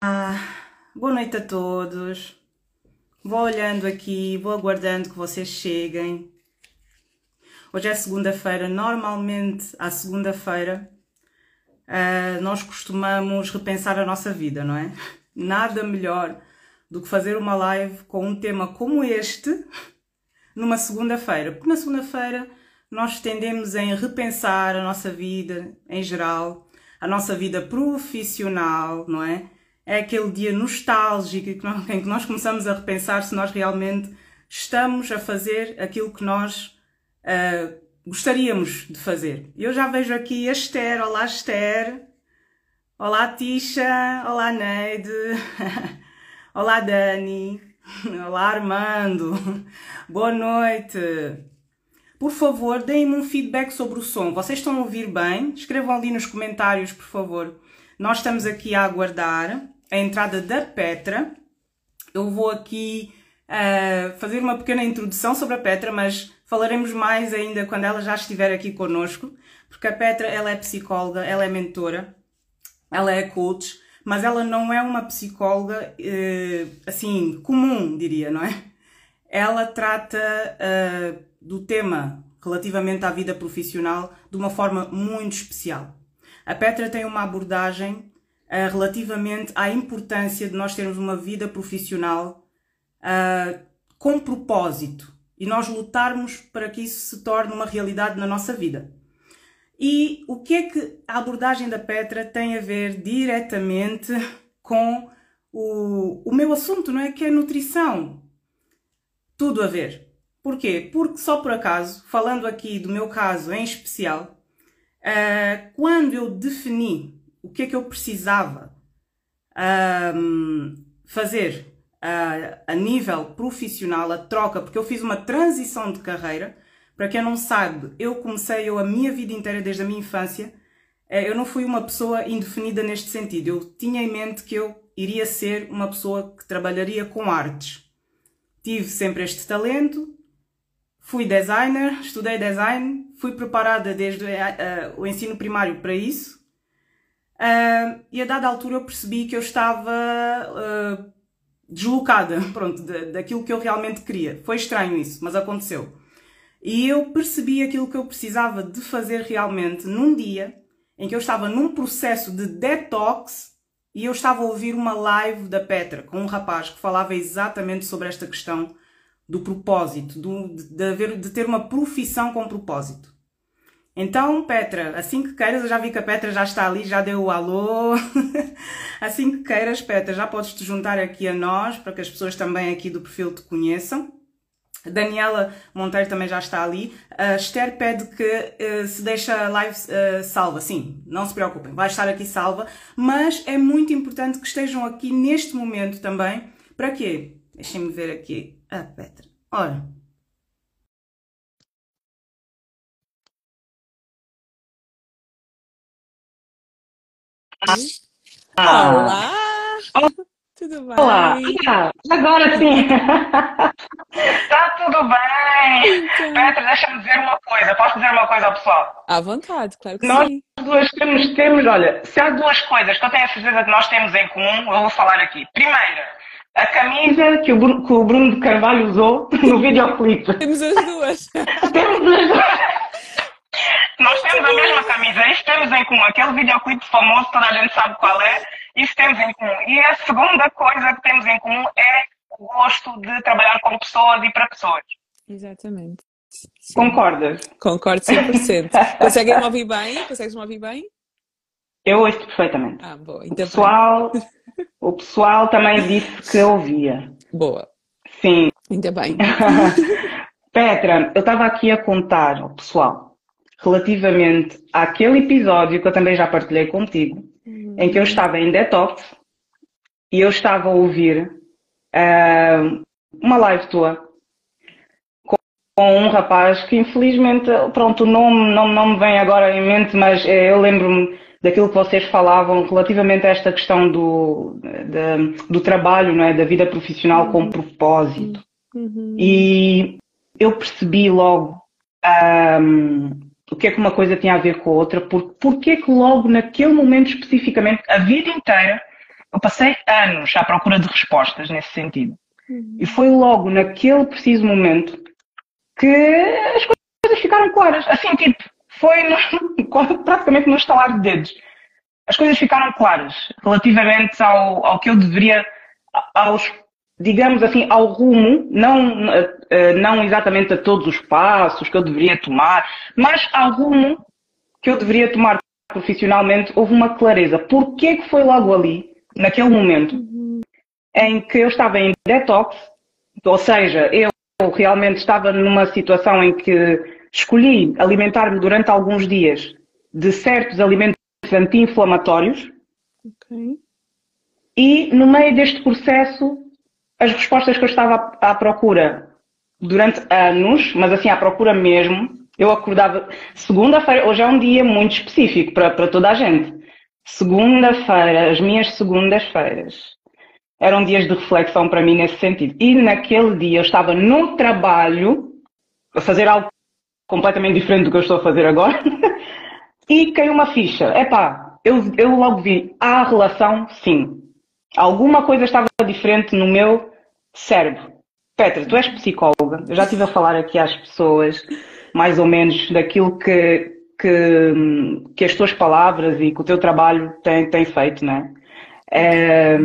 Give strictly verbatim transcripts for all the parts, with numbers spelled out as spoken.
Ah, boa noite a todos. Vou olhando aqui, vou aguardando que vocês cheguem. Hoje é segunda-feira. Normalmente, à segunda-feira, ah, nós costumamos repensar a nossa vida, não é? Nada melhor do que fazer uma live com um tema como este numa segunda-feira. Porque na segunda-feira nós tendemos em repensar a nossa vida em geral, a nossa vida profissional, não é? É aquele dia nostálgico em que nós começamos a repensar se nós realmente estamos a fazer aquilo que nós uh, gostaríamos de fazer. Eu já vejo aqui a Esther. Olá, Esther. Olá, Tisha. Olá, Neide. Olá, Dani. Olá, Armando. Boa noite. Por favor, deem-me um feedback sobre o som. Vocês estão a ouvir bem? Escrevam ali nos comentários, por favor. Nós estamos aqui a aguardar a entrada da Petra. Eu vou aqui uh, fazer uma pequena introdução sobre a Petra, mas falaremos mais ainda quando ela já estiver aqui connosco, porque a Petra, ela é psicóloga, ela é mentora, ela é coach, mas ela não é uma psicóloga uh, assim, comum, diria, não é? Ela trata uh, do tema relativamente à vida profissional de uma forma muito especial. A Petra tem uma abordagem uh, relativamente à importância de nós termos uma vida profissional uh, com propósito e nós lutarmos para que isso se torne uma realidade na nossa vida. E o que é que a abordagem da Petra tem a ver diretamente com o, o meu assunto, não é? Que é nutrição. Tudo a ver. Porquê? Porque só por acaso, falando aqui do meu caso em especial, uh, quando eu defini o que é que eu precisava uh, fazer uh, a nível profissional, a troca, porque eu fiz uma transição de carreira. Para quem não sabe, eu comecei eu, a minha vida inteira, desde a minha infância, uh, eu não fui uma pessoa indefinida neste sentido. Eu tinha em mente que eu iria ser uma pessoa que trabalharia com artes. Tive sempre este talento, fui designer, estudei design, fui preparada desde uh, uh, o ensino primário para isso. Uh, e a dada altura eu percebi que eu estava uh, deslocada, pronto, de, daquilo que eu realmente queria. Foi estranho isso, mas aconteceu. E eu percebi aquilo que eu precisava de fazer realmente num dia em que eu estava num processo de detox e eu estava a ouvir uma live da Petra com um rapaz que falava exatamente sobre esta questão do propósito, do, de, de, haver, de ter uma profissão com propósito. Então, Petra, assim que queiras, eu já vi que a Petra já está ali, já deu o alô. Assim que queiras, Petra, já podes te juntar aqui a nós, para que as pessoas também aqui do perfil te conheçam. A Daniela Monteiro também já está ali. A Esther pede que uh, se deixe a live uh, salva. Sim, não se preocupem, vai estar aqui salva. Mas é muito importante que estejam aqui neste momento também. Para quê? Deixem-me ver aqui a Petra. Ora. Ah, olá! Tudo bem? Olá! Ah, agora sim! Está tudo bem! Então, Petra, deixa-me dizer uma coisa. Posso dizer uma coisa ao pessoal? à vontade, claro que Nós sim. duas temos, temos, olha, se há duas coisas que eu tenho a certeza que nós temos em comum, eu vou falar aqui. Primeira, a camisa que o Bruno, que o Bruno de Carvalho usou no videoclipe. Temos as duas. Temos as duas. Nós temos a mesma camisa, isso temos em comum. Aquele videoclipe famoso, toda a gente sabe qual é, isso temos em comum. E a segunda coisa que temos em comum é o gosto de trabalhar com pessoas e para pessoas. Exatamente. Sim. Concordas? Concordo cem por cento. Conseguem-me ouvir bem? Consegues-me ouvir bem? Eu ouço perfeitamente. Ah, boa. O Ainda pessoal, o pessoal também disse que ouvia. bem. Boa. Sim. Ainda bem. Petra, eu estava aqui a contar ao pessoal relativamente àquele episódio que eu também já partilhei contigo, Uhum. em que eu estava em detox e eu estava a ouvir uh, uma live tua com, com um rapaz que infelizmente, pronto, o nome não, não me vem agora em mente, mas eh, eu lembro-me daquilo que vocês falavam relativamente a esta questão do, de, do trabalho, não é? Da vida profissional com propósito. Uhum. E eu percebi logo um, o que é que uma coisa tinha a ver com a outra, porque, porque é que logo naquele momento especificamente, a vida inteira, eu passei anos à procura de respostas nesse sentido. Uhum. E foi logo naquele preciso momento que as coisas ficaram claras. Assim, tipo, foi no, praticamente no estalar de dedos. As coisas ficaram claras relativamente ao, ao que eu deveria, aos, digamos assim, ao rumo, não, não exatamente a todos os passos que eu deveria tomar, mas ao rumo que eu deveria tomar profissionalmente. Houve uma clareza. Porquê que foi logo ali, naquele momento, uhum. em que eu estava em detox, ou seja, eu realmente estava numa situação em que escolhi alimentar-me durante alguns dias de certos alimentos anti-inflamatórios, okay. E no meio deste processo, as respostas que eu estava à procura durante anos, mas assim à procura mesmo, eu acordava, segunda-feira, hoje é um dia muito específico para, para toda a gente, segunda-feira, as minhas segundas-feiras eram dias de reflexão para mim nesse sentido, e naquele dia eu estava no trabalho a fazer algo completamente diferente do que eu estou a fazer agora e caiu uma ficha. Epá, eu, eu logo vi, há relação, sim. Alguma coisa estava diferente no meu cérebro. Petra, tu és psicóloga, eu já estive a falar aqui às pessoas mais ou menos daquilo que, que, que as tuas palavras e que o teu trabalho tem, tem feito, não é? É,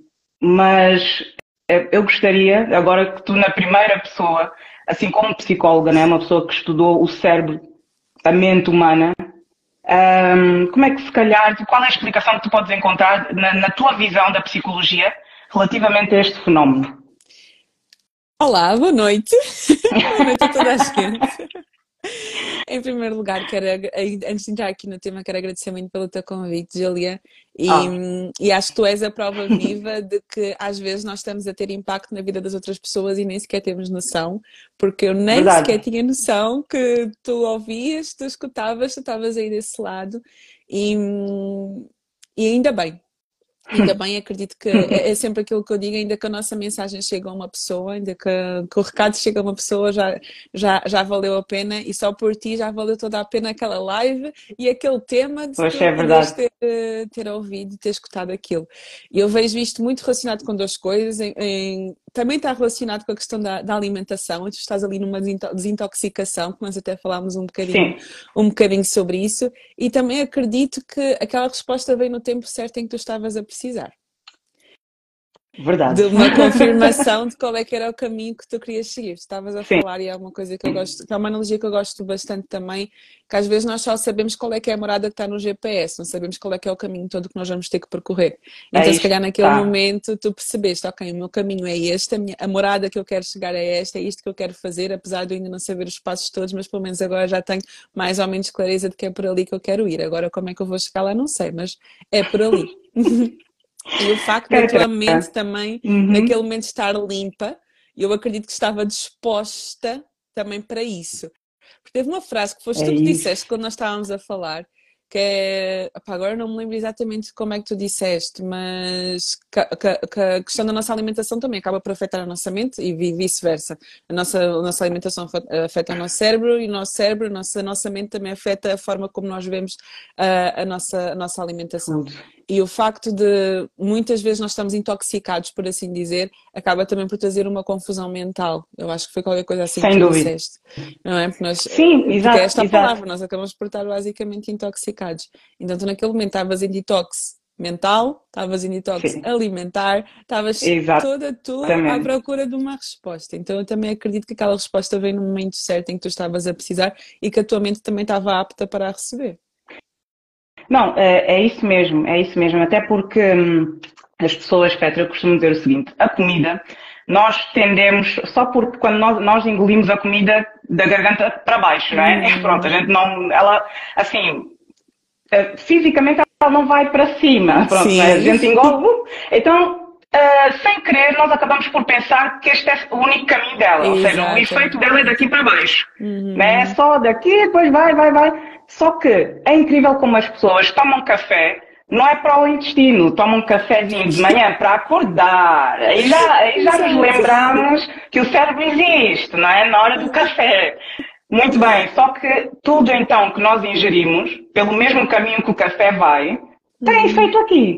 mas eu gostaria, agora que tu na primeira pessoa, assim como psicóloga, né, uma pessoa que estudou o cérebro, a mente humana, um, como é que se calhar, qual é a explicação que tu podes encontrar na, na tua visão da psicologia relativamente a este fenómeno? Olá, boa noite. Boa noite a toda a gente. Em primeiro lugar, quero, antes de entrar aqui no tema, quero agradecer muito pelo teu convite, Júlia, e, ah. e acho que tu és a prova viva de que às vezes nós estamos a ter impacto na vida das outras pessoas e nem sequer temos noção, porque eu nem Verdade. sequer tinha noção que tu ouvias, tu escutavas, tu estavas aí desse lado, e, e ainda bem. Ainda bem, acredito que é, é sempre aquilo que eu digo, ainda que a nossa mensagem chegue a uma pessoa, ainda que, que o recado chegue a uma pessoa, já, já, já valeu a pena, e só por ti já valeu toda a pena aquela live e aquele tema de Poxa, é verdade. ter, ter ouvido e ter escutado aquilo. E eu vejo isto muito relacionado com duas coisas, em, em, também está relacionado com a questão da, da alimentação, tu estás ali numa desintoxicação, que nós até falámos um bocadinho, um bocadinho sobre isso, e também acredito que aquela resposta veio no tempo certo em que tu estavas a precisar. Verdade. De uma confirmação de qual é que era o caminho que tu querias seguir. Estavas a Sim. falar e é uma coisa que eu gosto, que é uma analogia que eu gosto bastante também, que às vezes nós só sabemos qual é que é a morada que está no G P S, não sabemos qual é que é o caminho todo que nós vamos ter que percorrer. Então, é se calhar naquele tá. momento tu percebeste, ok, o meu caminho é este, a, minha, a morada que eu quero chegar é esta, é isto que eu quero fazer, apesar de eu ainda não saber os passos todos, mas pelo menos agora já tenho mais ou menos clareza de que é por ali que eu quero ir. Agora como é que eu vou chegar lá, não sei, mas é por ali. E o facto da tua mente também, uhum. naquele momento, estar limpa, eu acredito que estava disposta também para isso. Porque teve uma frase que foste é tu que isso. disseste quando nós estávamos a falar, que é... Opa, agora não me lembro exatamente como é que tu disseste, mas que, que, que a questão da nossa alimentação também acaba por afetar a nossa mente e vice-versa. A nossa, a nossa alimentação afeta o nosso cérebro e o nosso cérebro, a nossa, a nossa mente também afeta a forma como nós vemos a, a, nossa, a nossa alimentação. Tudo. E o facto de muitas vezes nós estamos intoxicados, por assim dizer, acaba também por trazer uma confusão mental. Eu acho que foi qualquer coisa assim Sem que tu dúvida. disseste. Não é? Porque nós, Sim, porque exato. é esta exato. palavra, nós acabamos por estar basicamente intoxicados. Então tu naquele momento estavas em detox mental, estavas em detox Sim. alimentar, estavas toda tu à procura de uma resposta. Então eu também acredito que aquela resposta veio no momento certo em que tu estavas a precisar e que a tua mente também estava apta para a receber. Não, é, é isso mesmo, é isso mesmo, até porque hum, as pessoas, Petra, costumam dizer o seguinte, a comida, nós tendemos, só porque quando nós, nós engolimos a comida da garganta para baixo, não é? Hum. Pronto, a gente não, ela, assim, fisicamente ela não vai para cima, pronto, né? A gente engole, então, uh, sem querer, nós acabamos por pensar que este é o único caminho dela, Exato. Ou seja, o efeito dela é daqui para baixo, uhum. né? É só daqui, depois vai, vai, vai. Só que é incrível como as pessoas tomam café, não é para o intestino, tomam um cafezinho de manhã para acordar. Aí já, aí já nos lembramos que o cérebro existe, não é? Na hora do café. Muito bem, só que tudo então que nós ingerimos, pelo mesmo caminho que o café vai, tem efeito aqui.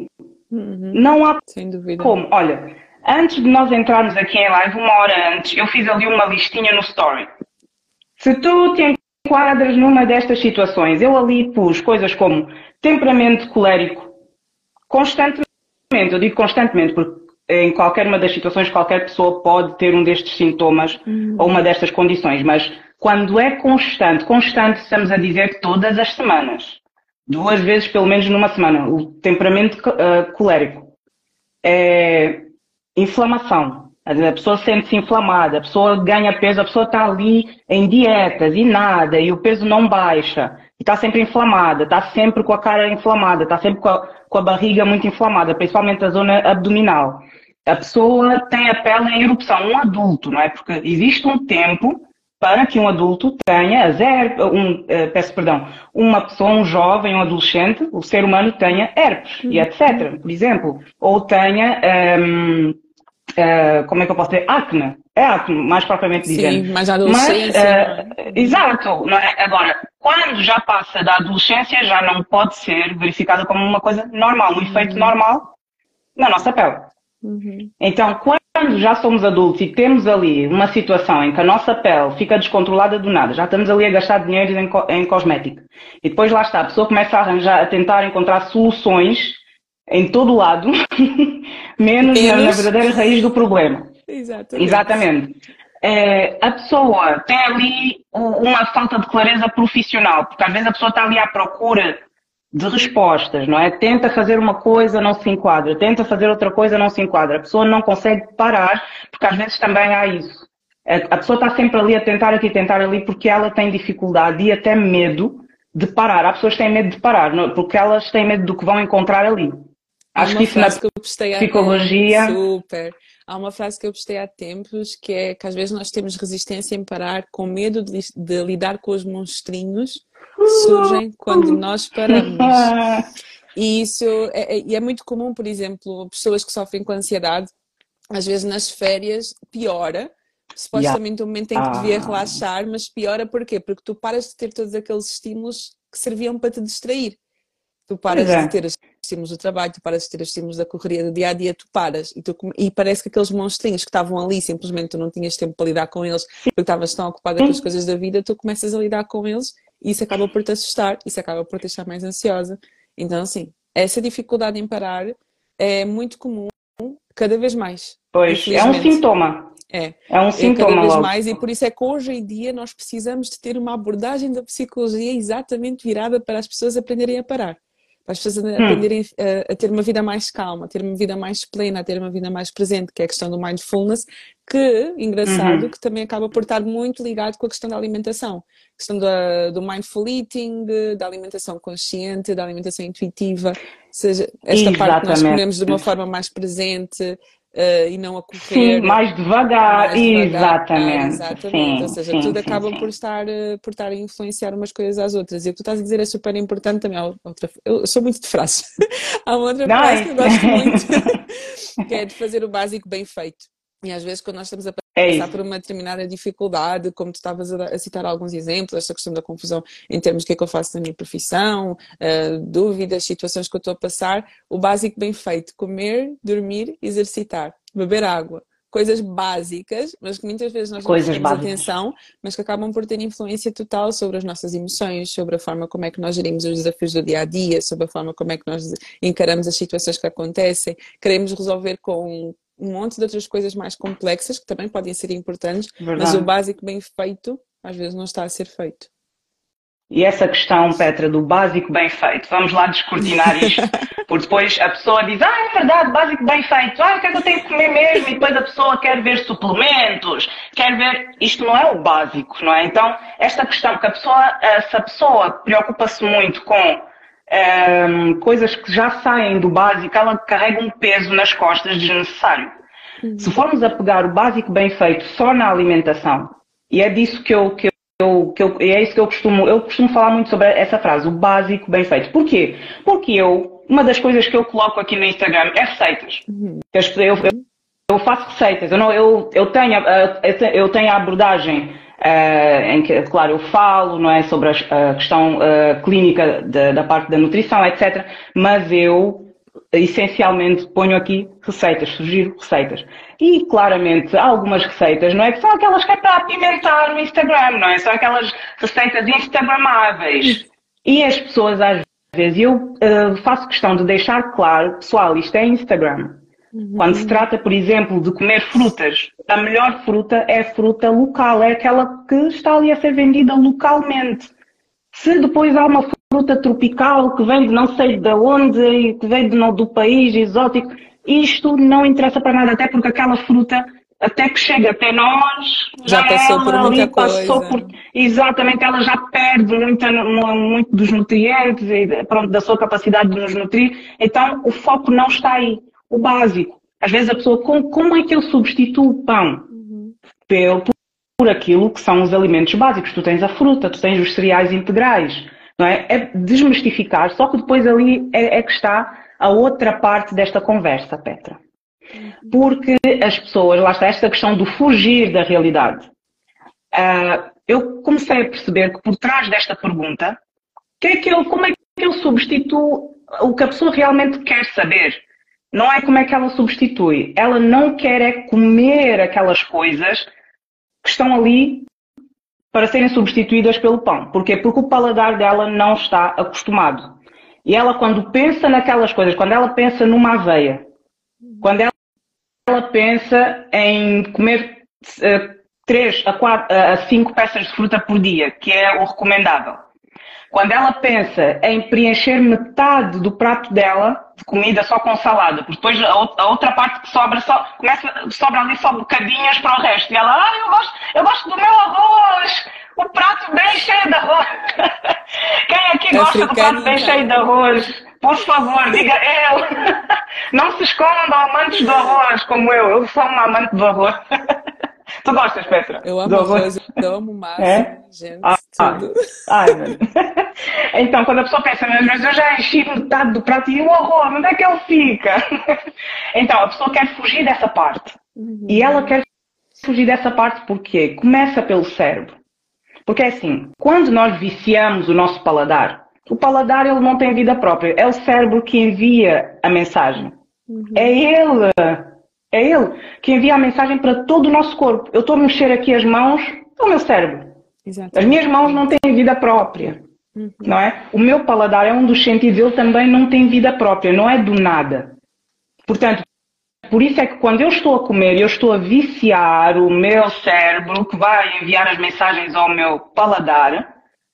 Uhum. Não há Sem dúvida. como. Olha, antes de nós entrarmos aqui em live, uma hora antes, eu fiz ali uma listinha no story. Se tu te enquadras numa destas situações, eu ali pus coisas como temperamento colérico, constantemente, eu digo constantemente, porque em qualquer uma das situações qualquer pessoa pode ter um destes sintomas Uhum. ou uma destas condições, mas quando é constante, constante estamos a dizer todas as semanas, duas vezes pelo menos numa semana, o temperamento uh, colérico, é inflamação. A pessoa sente-se inflamada, a pessoa ganha peso, a pessoa está ali em dietas e nada, e o peso não baixa, e está sempre inflamada, está sempre com a cara inflamada, está sempre com a, com a barriga muito inflamada, principalmente a zona abdominal. A pessoa tem a pele em erupção, um adulto, não é? Porque existe um tempo para que um adulto tenha, zero, um, uh, peço perdão, uma pessoa, um jovem, um adolescente, o ser humano tenha herpes, e etcétera, por exemplo. Ou tenha, um, uh, como é que eu posso dizer, acne. É acne, mais propriamente dizendo. Sim, mas a adolescência, Mas, uh, não é? exato. Não é? Agora, quando já passa da adolescência, já não pode ser verificada como uma coisa normal, um efeito Uhum. normal na nossa pele. Uhum. Então, quando já somos adultos e temos ali uma situação em que a nossa pele fica descontrolada do nada, já estamos ali a gastar dinheiro em, co em cosmético, e depois lá está, a pessoa começa a arranjar, a tentar encontrar soluções em todo o lado, menos na, na verdadeira raiz do problema. Exatamente. Exatamente. É, a pessoa tem ali uma falta de clareza profissional, porque às vezes a pessoa está ali à procura de respostas, não é? Tenta fazer uma coisa, não se enquadra. Tenta fazer outra coisa, não se enquadra. A pessoa não consegue parar, porque às vezes também há isso. A pessoa está sempre ali a tentar aqui, tentar ali, porque ela tem dificuldade e até medo de parar. Há pessoas que têm medo de parar, não? Porque elas têm medo do que vão encontrar ali. Há Acho uma que isso na frase que eu postei há psicologia... Super. Há uma frase que eu postei há tempos, que é que às vezes nós temos resistência em parar com medo de, de lidar com os monstrinhos que surgem quando nós paramos. E isso é, é, é muito comum, por exemplo, pessoas que sofrem com ansiedade, às vezes nas férias piora, supostamente o momento em que devia relaxar, mas piora porquê? Porque tu paras de ter todos aqueles estímulos que serviam para te distrair. Tu paras é. de ter os estímulos do trabalho, tu paras de ter os estímulos da correria do dia a dia, tu paras e, tu, e parece que aqueles monstrinhos que estavam ali, simplesmente tu não tinhas tempo para lidar com eles porque estavas tão ocupada com as coisas da vida, tu começas a lidar com eles e isso acaba por te assustar, isso acaba por te deixar mais ansiosa. Então, assim, essa dificuldade em parar é muito comum, cada vez mais. Pois, é um sintoma. É, é um sintoma é cada vez logo. mais, e por isso é que hoje em dia nós precisamos de ter uma abordagem da psicologia exatamente virada para as pessoas aprenderem a parar. Para as pessoas aprenderem a, a ter uma vida mais calma, a ter uma vida mais plena, a ter uma vida mais presente, que é a questão do mindfulness, que, engraçado, uhum. que também acaba por estar muito ligado com a questão da alimentação. A questão do, do mindful eating, da alimentação consciente, da alimentação intuitiva, ou seja, esta Exatamente. parte que nós comemos de uma forma mais presente, Uh, e não a correr. Sim, mais devagar, mais devagar exatamente. exatamente. Sim, Ou seja, sim, tudo sim, acaba sim. por estar, uh, por estar a influenciar umas coisas às outras. E o que tu estás a dizer é super importante também. Há outra, eu sou muito de frases. Há uma outra Não, frase que eu gosto muito, que é de fazer o básico bem feito. E às vezes quando nós estamos a passar é por uma determinada dificuldade, como tu estavas a, a citar alguns exemplos, esta questão da confusão em termos do que é que eu faço na minha profissão, uh, dúvidas, situações que eu estou a passar, o básico bem feito, comer, dormir, exercitar, beber água, coisas básicas, mas que muitas vezes nós não prestamos atenção, mas que acabam por ter influência total sobre as nossas emoções, sobre a forma como é que nós gerimos os desafios do dia a dia, sobre a forma como é que nós encaramos as situações que acontecem, queremos resolver com um monte de outras coisas mais complexas que também podem ser importantes, Verdade. mas o básico bem feito às vezes não está a ser feito. E essa questão, Petra, do básico bem feito, vamos lá descortinar isto, porque depois a pessoa diz, ah, é verdade, básico bem feito, ah, o que é que eu tenho que comer mesmo? E depois a pessoa quer ver suplementos, quer ver, isto não é o básico, não é? Então, esta questão, que a pessoa, se a pessoa preocupa-se muito com um, coisas que já saem do básico, ela carrega um peso nas costas desnecessário. Uhum. Se formos a pegar o básico bem feito só na alimentação, e é disso que eu, que eu, que eu e é isso que eu costumo, eu costumo falar muito sobre essa frase, o básico bem feito. Porquê? Porque eu, uma das coisas que eu coloco aqui no Instagram é receitas. Uhum. Eu, eu, eu faço receitas, eu, não, eu, eu, tenho, eu tenho a abordagem Uh, em que, claro, eu falo, não é, sobre a, a questão uh, clínica da, da parte da nutrição, etcétera. Mas eu essencialmente ponho aqui receitas, sugiro receitas. E claramente há algumas receitas, não é que são aquelas que é para apimentar no Instagram, não é? São aquelas receitas instagramáveis. E as pessoas às vezes, eu uh, faço questão de deixar claro, pessoal, isto é Instagram. Uhum. Quando se trata, por exemplo, de comer frutas, a melhor fruta é a fruta local, é aquela que está ali a ser vendida localmente. Se depois há uma fruta tropical que vem de não sei de onde e que vem de, do país exótico, isto não interessa para nada, até porque aquela fruta, até que chega até nós, já passou por muita ali, coisa. Passou por, exatamente, ela já perde muita, muito dos nutrientes e pronto, da sua capacidade de nos nutrir. Então o foco não está aí, o básico. Às vezes a pessoa, como, como é que eu substituo o pão? Uhum. Pelo, por aquilo que são os alimentos básicos. Tu tens a fruta, tu tens os cereais integrais, não é? É desmistificar, só que depois ali é, é que está a outra parte desta conversa, Petra. Porque as pessoas, lá está esta questão do fugir da realidade. Uh, eu comecei a perceber que por trás desta pergunta, que é que eu, como é que eu substituo o que a pessoa realmente quer saber? Não é como é que ela substitui. Ela não quer é comer aquelas coisas que estão ali para serem substituídas pelo pão. Porquê? Porque o paladar dela não está acostumado. E ela, quando pensa naquelas coisas, quando ela pensa numa aveia, quando ela ela pensa em comer uh, três a quatro a cinco peças de fruta por dia, que é o recomendável. Quando ela pensa em preencher metade do prato dela de comida só com salada, porque depois a outra parte que sobra, só, começa, sobra ali só bocadinhas para o resto. E ela, ah, eu gosto, eu gosto do meu arroz, o prato bem cheio de arroz. Quem aqui gosta do prato bem cheio de arroz? Por favor, diga eu. Não se escondam amantes do arroz como eu. Eu sou uma amante do arroz. Tu gostas, Petra? Eu amo arroz, eu amo massa, é? Gente, ah, tudo. Ai, meu Deus. Então, quando a pessoa pensa, mas eu já enchi metade do prato e o arroz, onde é que ele fica? Então, a pessoa quer fugir dessa parte. Uhum. E ela quer fugir dessa parte porque começa pelo cérebro. Porque é assim, quando nós viciamos o nosso paladar, o paladar ele não tem vida própria, é o cérebro que envia a mensagem. Uhum. É ele, é ele que envia a mensagem para todo o nosso corpo. Eu estou a mexer aqui as mãos, é o meu cérebro. Exatamente. As minhas mãos não têm vida própria, uhum. não é? O meu paladar é um dos sentidos, ele também não tem vida própria, não é do nada. Portanto, por isso é que quando eu estou a comer, eu estou a viciar o meu cérebro que vai enviar as mensagens ao meu paladar.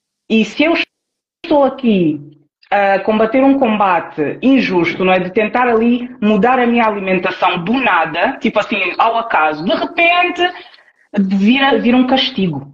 E se eu estou aqui a combater um combate injusto, não é? De tentar ali mudar a minha alimentação do nada, tipo assim, ao acaso, de repente vira, vira um castigo.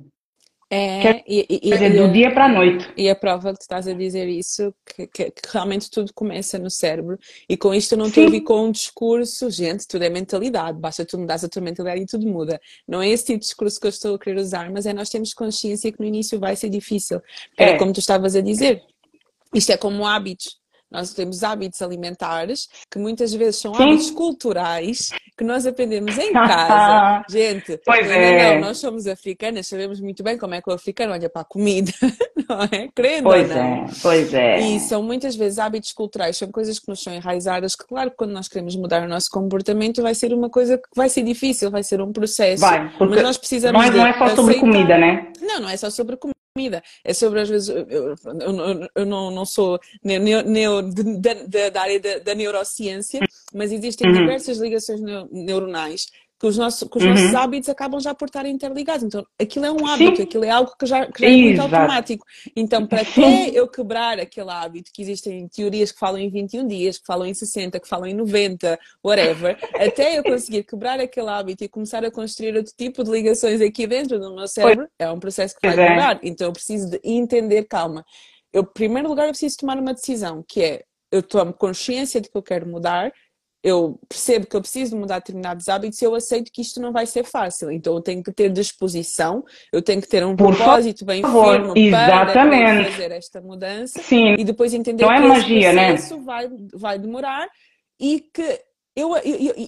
É, Quer e, e, dizer, e, do dia para a noite. E a prova que tu estás a dizer isso, que, que, que realmente tudo começa no cérebro. E com isto eu não estou a vir com um discurso, gente, tudo é mentalidade, basta tu mudares a tua mentalidade e tudo muda. Não é esse tipo de discurso que eu estou a querer usar, mas é nós temos consciência que no início vai ser difícil. Era é. como tu estavas a dizer, isto é como hábitos. Nós temos hábitos alimentares que muitas vezes são Sim. hábitos culturais que nós aprendemos em casa. Gente, pois não, é. não, nós somos africanas, sabemos muito bem como é que o africano olha para a comida, não é? Crendo pois ou não? é, pois é. E são muitas vezes hábitos culturais, são coisas que nos são enraizadas, que claro que quando nós queremos mudar o nosso comportamento vai ser uma coisa que vai ser difícil, vai ser um processo. Vai, porque mas nós precisamos não é, não é só aceitar... sobre comida, né? Não, não é só sobre comida. É sobre, às vezes, eu, eu, eu, eu não, não sou neo, neo, da, da área da, da neurociência, mas existem uhum. diversas ligações neuronais que os nossos, que os uhum. nossos hábitos acabam já por estar interligados. Então, aquilo é um hábito, Sim. aquilo é algo que já, que já é muito automático. Então, para até eu quebrar aquele hábito, que existem teorias que falam em vinte e um dias, que falam em sessenta, que falam em noventa, whatever, até eu conseguir quebrar aquele hábito e começar a construir outro tipo de ligações aqui dentro do meu cérebro, é um processo que vai demorar. Então, eu preciso de entender, calma. Eu, em primeiro lugar, eu preciso tomar uma decisão, que é, eu tomo consciência de que eu quero mudar, eu percebo que eu preciso mudar determinados hábitos e eu aceito que isto não vai ser fácil. Então eu tenho que ter disposição, eu tenho que ter um Por propósito bem favor. firme Exatamente. para fazer esta mudança. Sim. E depois entender não que é esse magia, processo né? vai, vai demorar e que eu, eu, eu,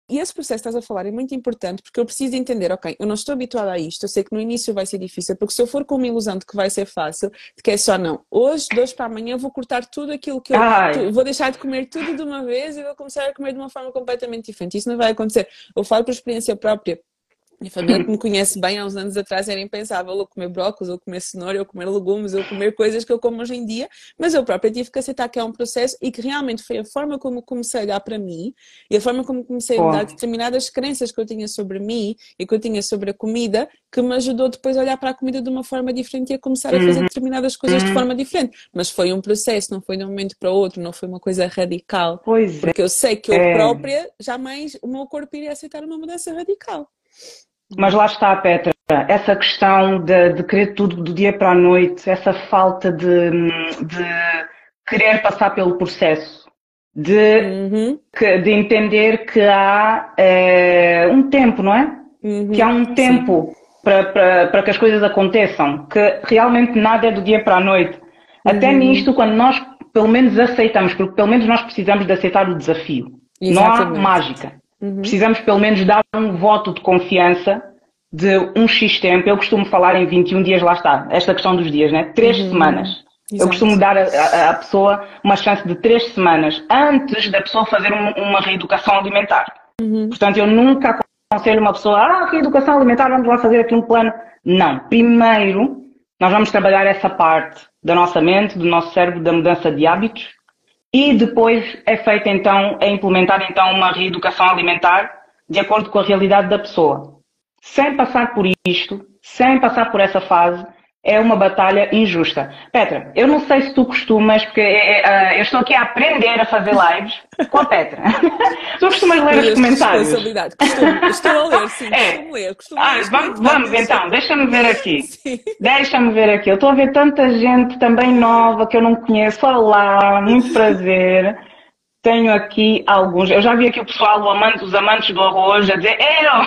e esse processo que estás a falar é muito importante porque eu preciso de entender, ok, eu não estou habituada a isto, eu sei que no início vai ser difícil, porque se eu for com uma ilusão de que vai ser fácil, de que é só não, hoje, de hoje para amanhã vou cortar tudo aquilo que eu, tu, vou deixar de comer tudo de uma vez e vou começar a comer de uma forma completamente diferente. Isso não vai acontecer. Eu falo por experiência própria. Minha família que me conhece bem há uns anos atrás era impensável eu comer brócolis, eu comer cenoura, eu comer legumes, eu comer coisas que eu como hoje em dia, mas eu própria tive que aceitar que é um processo e que realmente foi a forma como comecei a olhar para mim e a forma como comecei a mudar determinadas crenças que eu tinha sobre mim e que eu tinha sobre a comida que me ajudou depois a olhar para a comida de uma forma diferente e a começar a fazer determinadas coisas de forma diferente. Mas foi um processo, não foi de um momento para o outro, não foi uma coisa radical. Pois porque é. eu sei que eu própria jamais o meu corpo iria aceitar uma mudança radical. Mas lá está, Petra, essa questão de, de querer tudo do dia para a noite, essa falta de, de querer passar pelo processo, de, uhum. que, de entender que há é, um tempo, não é? Uhum. Que há um tempo para, para, para que as coisas aconteçam, que realmente nada é do dia para a noite. Uhum. Até nisto, quando nós pelo menos aceitamos, porque pelo menos nós precisamos de aceitar o desafio. Exatamente. Não há mágica. Uhum. Precisamos pelo menos dar um voto de confiança de um X tempo. Eu costumo falar em vinte e um dias, lá está, esta questão dos dias, né? Três uhum. semanas. Exato. Eu costumo dar à pessoa uma chance de três semanas antes da pessoa fazer um, uma reeducação alimentar. Uhum. Portanto, eu nunca aconselho uma pessoa, ah, reeducação alimentar, vamos lá fazer aqui um plano. Não. Primeiro, nós vamos trabalhar essa parte da nossa mente, do nosso cérebro, da mudança de hábitos. E depois é feita então, é implementar então uma reeducação alimentar de acordo com a realidade da pessoa. Sem passar por isto, sem passar por essa fase, é uma batalha injusta. Petra, eu não sei se tu costumas, porque é, é, eu estou aqui a aprender a fazer lives com a Petra. Tu costumas ler os comentários? Responsabilidade. Costumo, estou a ler, sim, é. costumo ler. Costumo ah, ler vamos, vamos então, deixa-me ver aqui. Sim. Deixa-me ver aqui. Eu estou a ver tanta gente também nova que eu não conheço. Olá, muito prazer. Tenho aqui alguns. Eu já vi aqui o pessoal, o amante, os amantes do arroz, a dizer,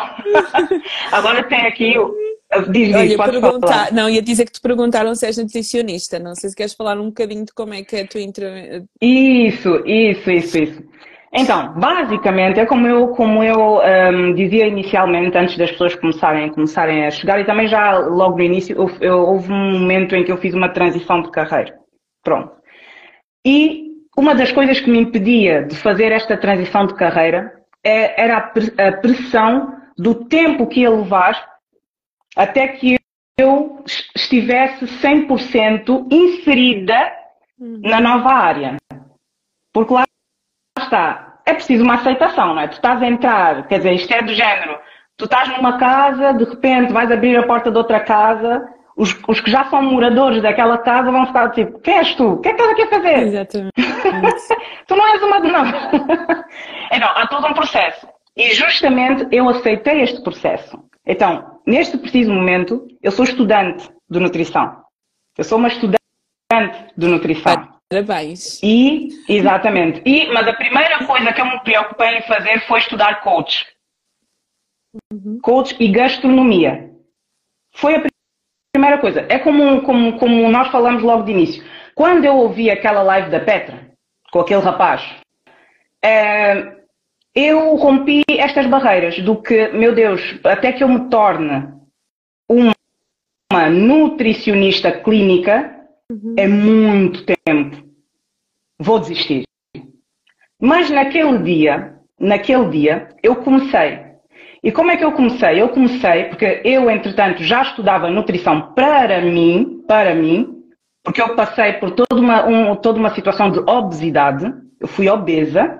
eu! Agora tem aqui o. Diz, diz, Olha, pode perguntar, falar. não, ia dizer que te perguntaram se és nutricionista. Não sei se queres falar um bocadinho de como é que é a tua intervenção. Isso, isso, isso, isso. Então, basicamente, é como eu, como eu um, dizia inicialmente, antes das pessoas começarem, começarem a chegar, e também já logo no início, eu, eu, houve um momento em que eu fiz uma transição de carreira. Pronto. E uma das coisas que me impedia de fazer esta transição de carreira é, era a pressão do tempo que ia levar até que eu estivesse cem por cento inserida uhum. na nova área. Porque lá está, é preciso uma aceitação, não é? Tu estás a entrar, quer dizer, isto é do género, tu estás numa casa, de repente vais abrir a porta de outra casa, os, os que já são moradores daquela casa vão ficar tipo, quem és tu? O que é que estás aqui a fazer? Exatamente. Tu não és uma de nós. Então, há todo um processo. E justamente eu aceitei este processo. Então, neste preciso momento, eu sou estudante de nutrição. Eu sou uma estudante de nutrição. Parabéns. E, exatamente. E, mas a primeira coisa que eu me preocupei em fazer foi estudar coach. Uhum. Coach e gastronomia. Foi a primeira coisa. É como, como, como nós falamos logo de início. Quando eu ouvi aquela live da Petra, com aquele rapaz, é, eu rompi estas barreiras do que, meu Deus, até que eu me torne uma nutricionista clínica, uhum. é muito tempo. Vou desistir. Mas naquele dia, naquele dia, eu comecei. E como é que eu comecei? Eu comecei porque eu, entretanto, já estudava nutrição para mim, para mim, porque eu passei por toda uma, um, toda uma situação de obesidade. Eu fui obesa.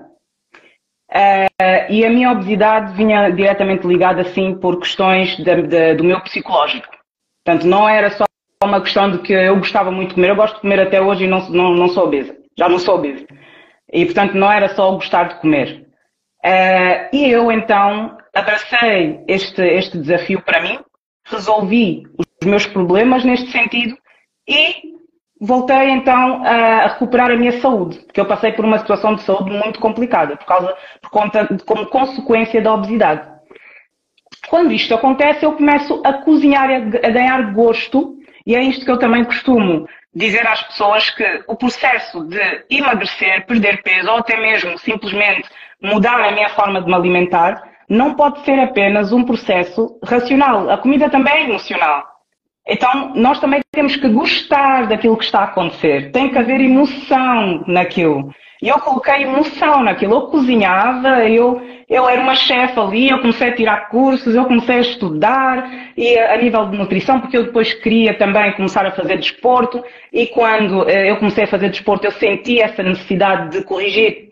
Uh, e a minha obesidade vinha diretamente ligada, assim, por questões de, de, do meu psicológico. Portanto, não era só uma questão de que eu gostava muito de comer. Eu gosto de comer até hoje e não, não, não sou obesa. Já não sou obesa. E, portanto, não era só o gostar de comer. Uh, e eu, então, abracei este, este desafio para mim, resolvi os meus problemas neste sentido e voltei, então, a recuperar a minha saúde, porque eu passei por uma situação de saúde muito complicada, por causa, por conta, como consequência da obesidade. Quando isto acontece, eu começo a cozinhar e a ganhar gosto, e é isto que eu também costumo dizer às pessoas, que o processo de emagrecer, perder peso, ou até mesmo simplesmente mudar a minha forma de me alimentar, não pode ser apenas um processo racional. A comida também é emocional. Então, nós também temos que gostar daquilo que está a acontecer. Tem que haver emoção naquilo. E eu coloquei emoção naquilo. Eu cozinhava, eu, eu era uma chefe ali, eu comecei a tirar cursos, eu comecei a estudar, e a nível de nutrição, porque eu depois queria também começar a fazer desporto, e quando eu comecei a fazer desporto, eu senti essa necessidade de corrigir,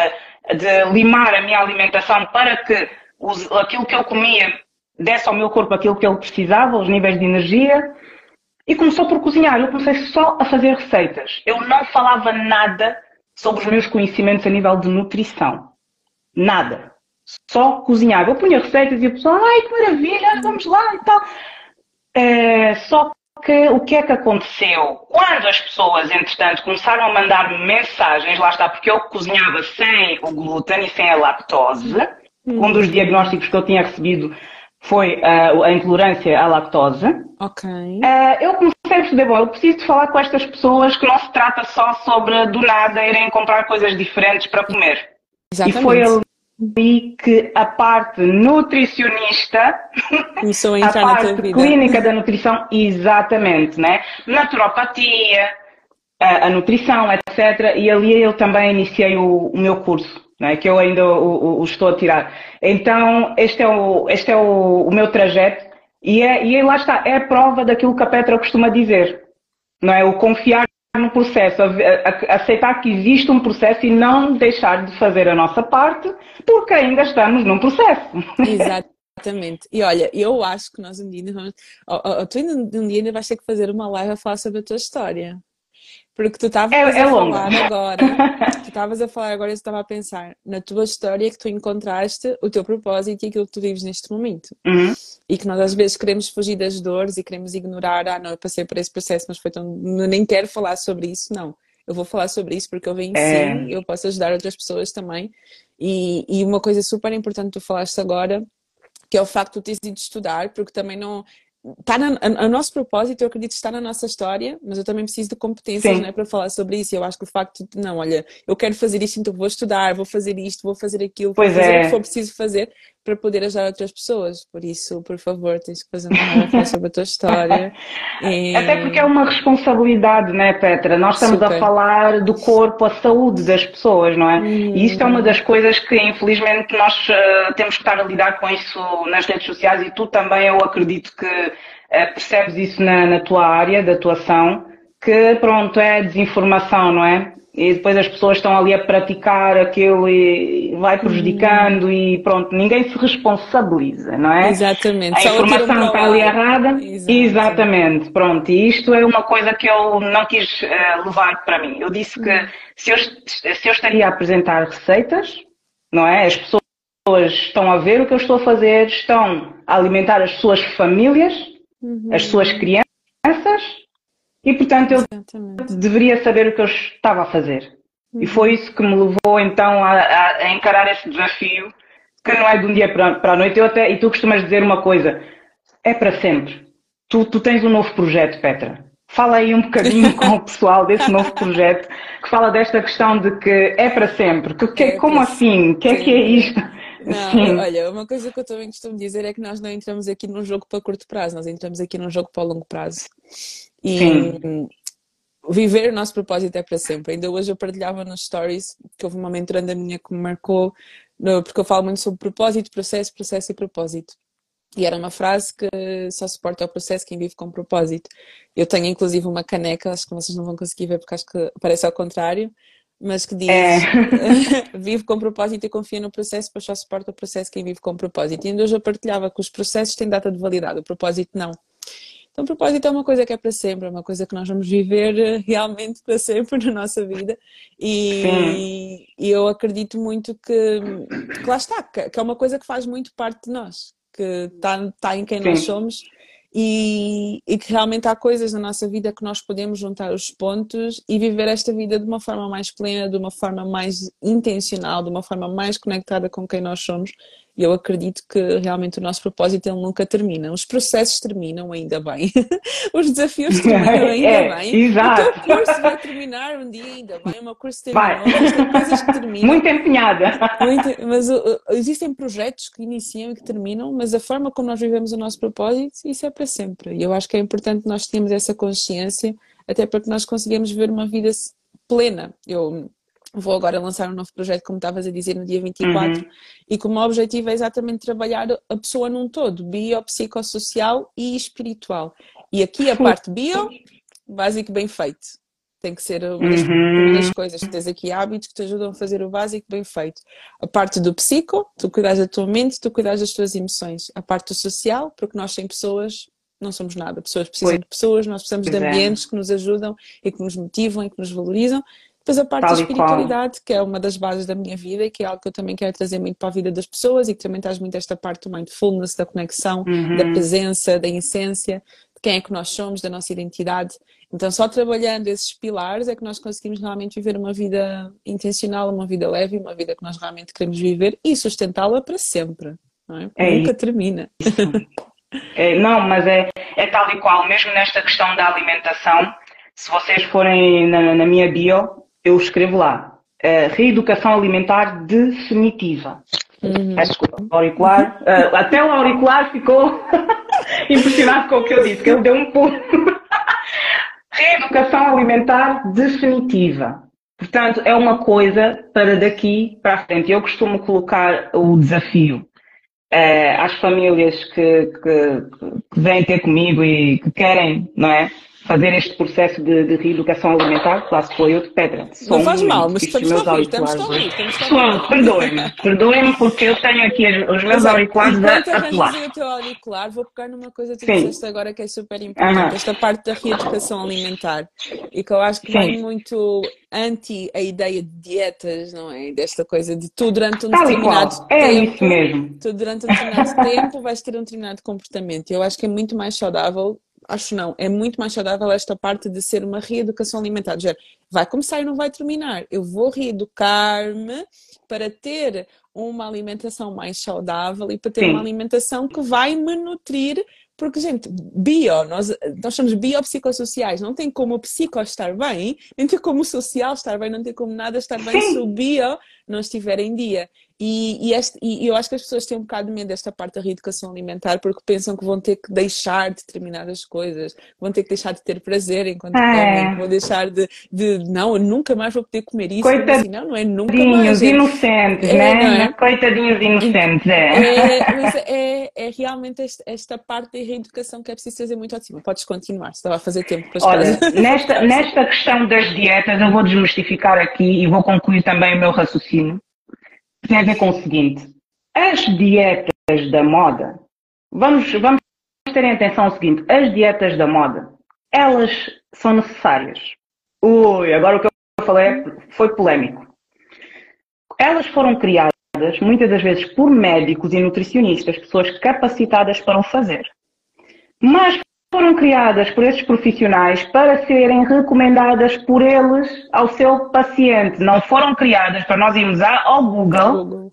de limar a minha alimentação para que aquilo que eu comia desse ao meu corpo aquilo que ele precisava, os níveis de energia, e começou por cozinhar. Eu comecei só a fazer receitas. Eu não falava nada sobre os meus conhecimentos a nível de nutrição. Nada. Só cozinhava. Eu punha receitas e a pessoa, ai que maravilha, vamos lá e tal. É, só que o que é que aconteceu? Quando as pessoas, entretanto, começaram a mandar mensagens, lá está, porque eu cozinhava sem o glúten e sem a lactose, hum. um dos diagnósticos que eu tinha recebido foi uh, a intolerância à lactose. Ok. Uh, eu comecei a perceber, bom, eu preciso de falar com estas pessoas que não se trata só sobre, do nada, irem comprar coisas diferentes para comer. Exatamente. E foi ali que a parte nutricionista, começou a a entrar na tua parte vida. clínica da nutrição, exatamente, né? Naturopatia, a, a nutrição, etcétera. E ali eu também iniciei o, o meu curso. Não é? Que eu ainda o, o, o estou a tirar. Então, este é o, este é o, o meu trajeto e, é, e lá está, é a prova daquilo que a Petra costuma dizer, não é? O confiar no processo, a, a, aceitar que existe um processo e não deixar de fazer a nossa parte, porque ainda estamos num processo. Exatamente. E olha, eu acho que nós um dia, vamos, oh, oh, tu ainda, um dia ainda vais ter que fazer uma live a falar sobre a tua história. Porque tu estavas é, é a longa. falar agora, tu estavas a falar agora e eu estava a pensar na tua história que tu encontraste o teu propósito e aquilo que tu vives neste momento. Uhum. E que nós às vezes queremos fugir das dores e queremos ignorar, ah não, eu passei por esse processo, mas foi tão... Eu nem quero falar sobre isso, não. Eu vou falar sobre isso porque eu venci, é... eu posso ajudar outras pessoas também. E, e uma coisa super importante que tu falaste agora, que é o facto de tu teres ido estudar, porque também não... Tá na, a, a nosso propósito, eu acredito que está na nossa história, mas eu também preciso de competências, né, para falar sobre isso. E eu acho que o facto de, não, olha, eu quero fazer isto, então vou estudar, vou fazer isto, vou fazer aquilo, vou fazer é. o que for preciso fazer para poder ajudar outras pessoas. Por isso, por favor, tens que fazer uma live falar sobre a tua história. E... Até porque é uma responsabilidade, né, Petra? Nós estamos Super. a falar do corpo, a saúde das pessoas, não é? Hum. E isto é uma das coisas que, infelizmente, nós uh, temos que estar a lidar com isso nas redes sociais e tu também, eu acredito que uh, percebes isso na, na tua área de atuação, que, pronto, é desinformação, não é? E depois as pessoas estão ali a praticar aquilo e vai prejudicando hum. e pronto, ninguém se responsabiliza, não é? Exatamente. A Só informação está ali errada. Exato. Exatamente, pronto. E isto é uma coisa que eu não quis uh, levar para mim. Eu disse que hum. se, eu, se eu estaria a apresentar receitas, não é? As pessoas estão a ver o que eu estou a fazer, estão a alimentar as suas famílias, uhum. as suas crianças, e portanto eu Exatamente. deveria saber o que eu estava a fazer. Uhum. E foi isso que me levou então a, a, a encarar esse desafio, que não é de um dia para, para a noite. Eu até, e tu costumas dizer uma coisa, é para sempre. Tu, tu tens um novo projeto, Petra. Fala aí um bocadinho com o pessoal desse novo projeto, que fala desta questão de que é para sempre. Que, que, é como assim? O que é que é isto? Não, Sim. olha, uma coisa que eu também costumo dizer é que nós não entramos aqui num jogo para curto prazo, nós entramos aqui num jogo para longo prazo. E Sim. viver o nosso propósito é para sempre. Ainda hoje eu partilhava nos stories que houve uma mentoranda minha que me marcou, no, porque eu falo muito sobre propósito, processo, processo e propósito. E era uma frase que só suporta o processo quem vive com propósito. Eu tenho inclusive uma caneca, acho que vocês não vão conseguir ver porque acho que parece ao contrário, mas que diz é. vive com propósito e confia no processo, pois só suporta o processo quem vive com propósito. E ainda hoje eu partilhava que os processos têm data de validade, o propósito não. Então o propósito é uma coisa que é para sempre, é uma coisa que nós vamos viver realmente para sempre na nossa vida. E, e eu acredito muito que, que lá está, que é uma coisa que faz muito parte de nós, que está, está em quem Sim. nós somos. E, e que realmente há coisas na nossa vida que nós podemos juntar os pontos e viver esta vida de uma forma mais plena, de uma forma mais intencional, de uma forma mais conectada com quem nós somos. E eu acredito que realmente o nosso propósito ele nunca termina. Os processos terminam, ainda bem. Os desafios terminam, ainda É, bem. exato. O teu curso vai terminar um dia, ainda bem. O meu curso Vai. terminou. Existem coisas que terminam. Muito empenhada. Muito, mas uh, existem projetos que iniciam e que terminam, mas a forma como nós vivemos o nosso propósito, isso é para sempre. E eu acho que é importante nós termos essa consciência, até para que nós conseguimos ver uma vida plena. Eu vou agora lançar um novo projeto, como estavas a dizer, no dia vinte e quatro, Uhum. e como objetivo é exatamente trabalhar a pessoa num todo, bio, psicossocial e espiritual. E aqui a parte bio, básico bem feito. Tem que ser uma das, uma das Uhum. coisas. Tu tens aqui hábitos que te ajudam a fazer o básico bem feito. A parte do psico, tu cuidas da tua mente, tu cuidas das tuas emoções. A parte do social, porque nós sem pessoas não somos nada. Pessoas precisam Pois de pessoas, nós precisamos de é, ambientes que nos ajudam e que nos motivam e que nos valorizam. Depois a parte da tal e qual. espiritualidade, que é uma das bases da minha vida e que é algo que eu também quero trazer muito para a vida das pessoas, e que também traz muito esta parte do mindfulness, da conexão, da Uhum. presença, da essência, de quem é que nós somos, da nossa identidade. Então só trabalhando esses pilares é que nós conseguimos realmente viver uma vida intencional, uma vida leve, uma vida que nós realmente queremos viver e sustentá-la para sempre, não é? É Nunca termina. isso. É, não, mas é, é tal e qual. Mesmo nesta questão da alimentação, se vocês forem na, na minha bio, eu escrevo lá, uh, reeducação alimentar definitiva. Uhum. Peço desculpa, o auricular, uh, até o auricular ficou impressionado com o que eu disse, que ele deu um pulo. Reeducação alimentar definitiva. Portanto, é uma coisa para daqui para a frente. Eu costumo colocar o desafio uh, às famílias que, que, que vêm ter comigo e que querem, não é? Fazer este processo de, de reeducação alimentar, lá se foi eu de pedra. Não faz mal, mas estamos a ouvir, estamos a ouvir, estamos a ouvir. Perdoem-me, perdoem-me porque eu tenho aqui os meus Exato. auriculares a Enquanto atuar. arranjas aí o teu auricular, vou pegar numa coisa que tu Sim. disseste agora que é super importante, Aham. esta parte da reeducação alimentar, e que eu acho que Sim. vai muito anti a ideia de dietas, não é? Desta coisa de tu durante um Tal e determinado qual. É tempo, isso mesmo. tu durante um determinado tempo vais ter um determinado comportamento. Eu acho que é muito mais saudável. Acho não, é muito mais saudável esta parte de ser uma reeducação alimentar. Já vai começar e não vai terminar. Eu vou reeducar-me para ter uma alimentação mais saudável e para ter Sim. uma alimentação que vai me nutrir. Porque, gente, bio, nós, nós somos biopsicossociais, não tem como o psico estar bem, nem tem como o social estar bem, não tem como nada estar bem Sim. se o bio não estiver em dia. E, e, este, e eu acho que as pessoas têm um bocado de medo desta parte da reeducação alimentar porque pensam que vão ter que deixar determinadas coisas, vão ter que deixar de ter prazer enquanto É. comem, que vão deixar de, de, não, eu nunca mais vou poder comer isso. Assim, não, não é nunca mais. Coitadinhos É, inocentes, é, né? não é? Coitadinhos inocentes, É, é. mas é, é realmente esta, esta parte da reeducação que é preciso trazer muito acima. Podes continuar, se estava a fazer tempo para as Olha, coisas. nesta, nesta questão das dietas, eu vou desmistificar aqui e vou concluir também o meu raciocínio. Tem a ver com o seguinte: as dietas da moda, vamos, vamos ter em atenção o seguinte, as dietas da moda, elas são necessárias. Ui, agora o que eu falei foi polémico. Elas foram criadas, muitas das vezes, por médicos e nutricionistas, pessoas capacitadas para o fazer. Mas foram criadas por esses profissionais para serem recomendadas por eles ao seu paciente. Não foram criadas para nós irmos ao Google. Google.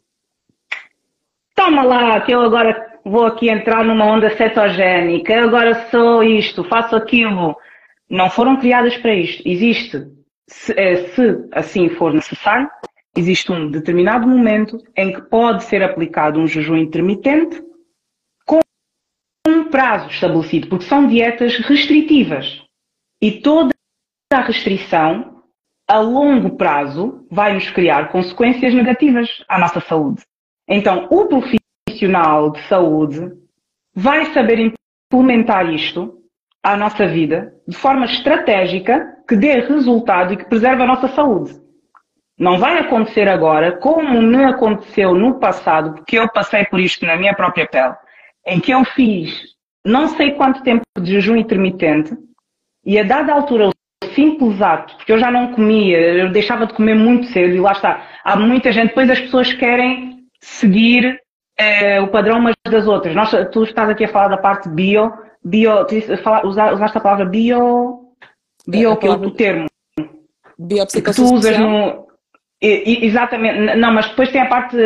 Toma lá, que eu agora vou aqui entrar numa onda cetogénica, eu agora sou isto, faço aquilo. Não foram criadas para isto. Existe, se, se assim for necessário, existe um determinado momento em que pode ser aplicado um jejum intermitente com um prazo estabelecido, porque são dietas restritivas. E toda a restrição, a longo prazo, vai nos criar consequências negativas à nossa saúde. Então, o profissional de saúde vai saber implementar isto à nossa vida de forma estratégica que dê resultado e que preserve a nossa saúde. Não vai acontecer agora como me aconteceu no passado, porque eu passei por isto na minha própria pele, em que eu fiz não sei quanto tempo de jejum intermitente e a dada altura o simples ato, porque eu já não comia, eu deixava de comer muito cedo e lá está. Há muita gente, depois as pessoas querem seguir eh, o padrão umas das outras. Nós, tu estás aqui a falar da parte bio, bio tu usaste a palavra bio, bio É, que é o termo que tu usas biopsicossocial. no... Exatamente, não, mas depois tem a parte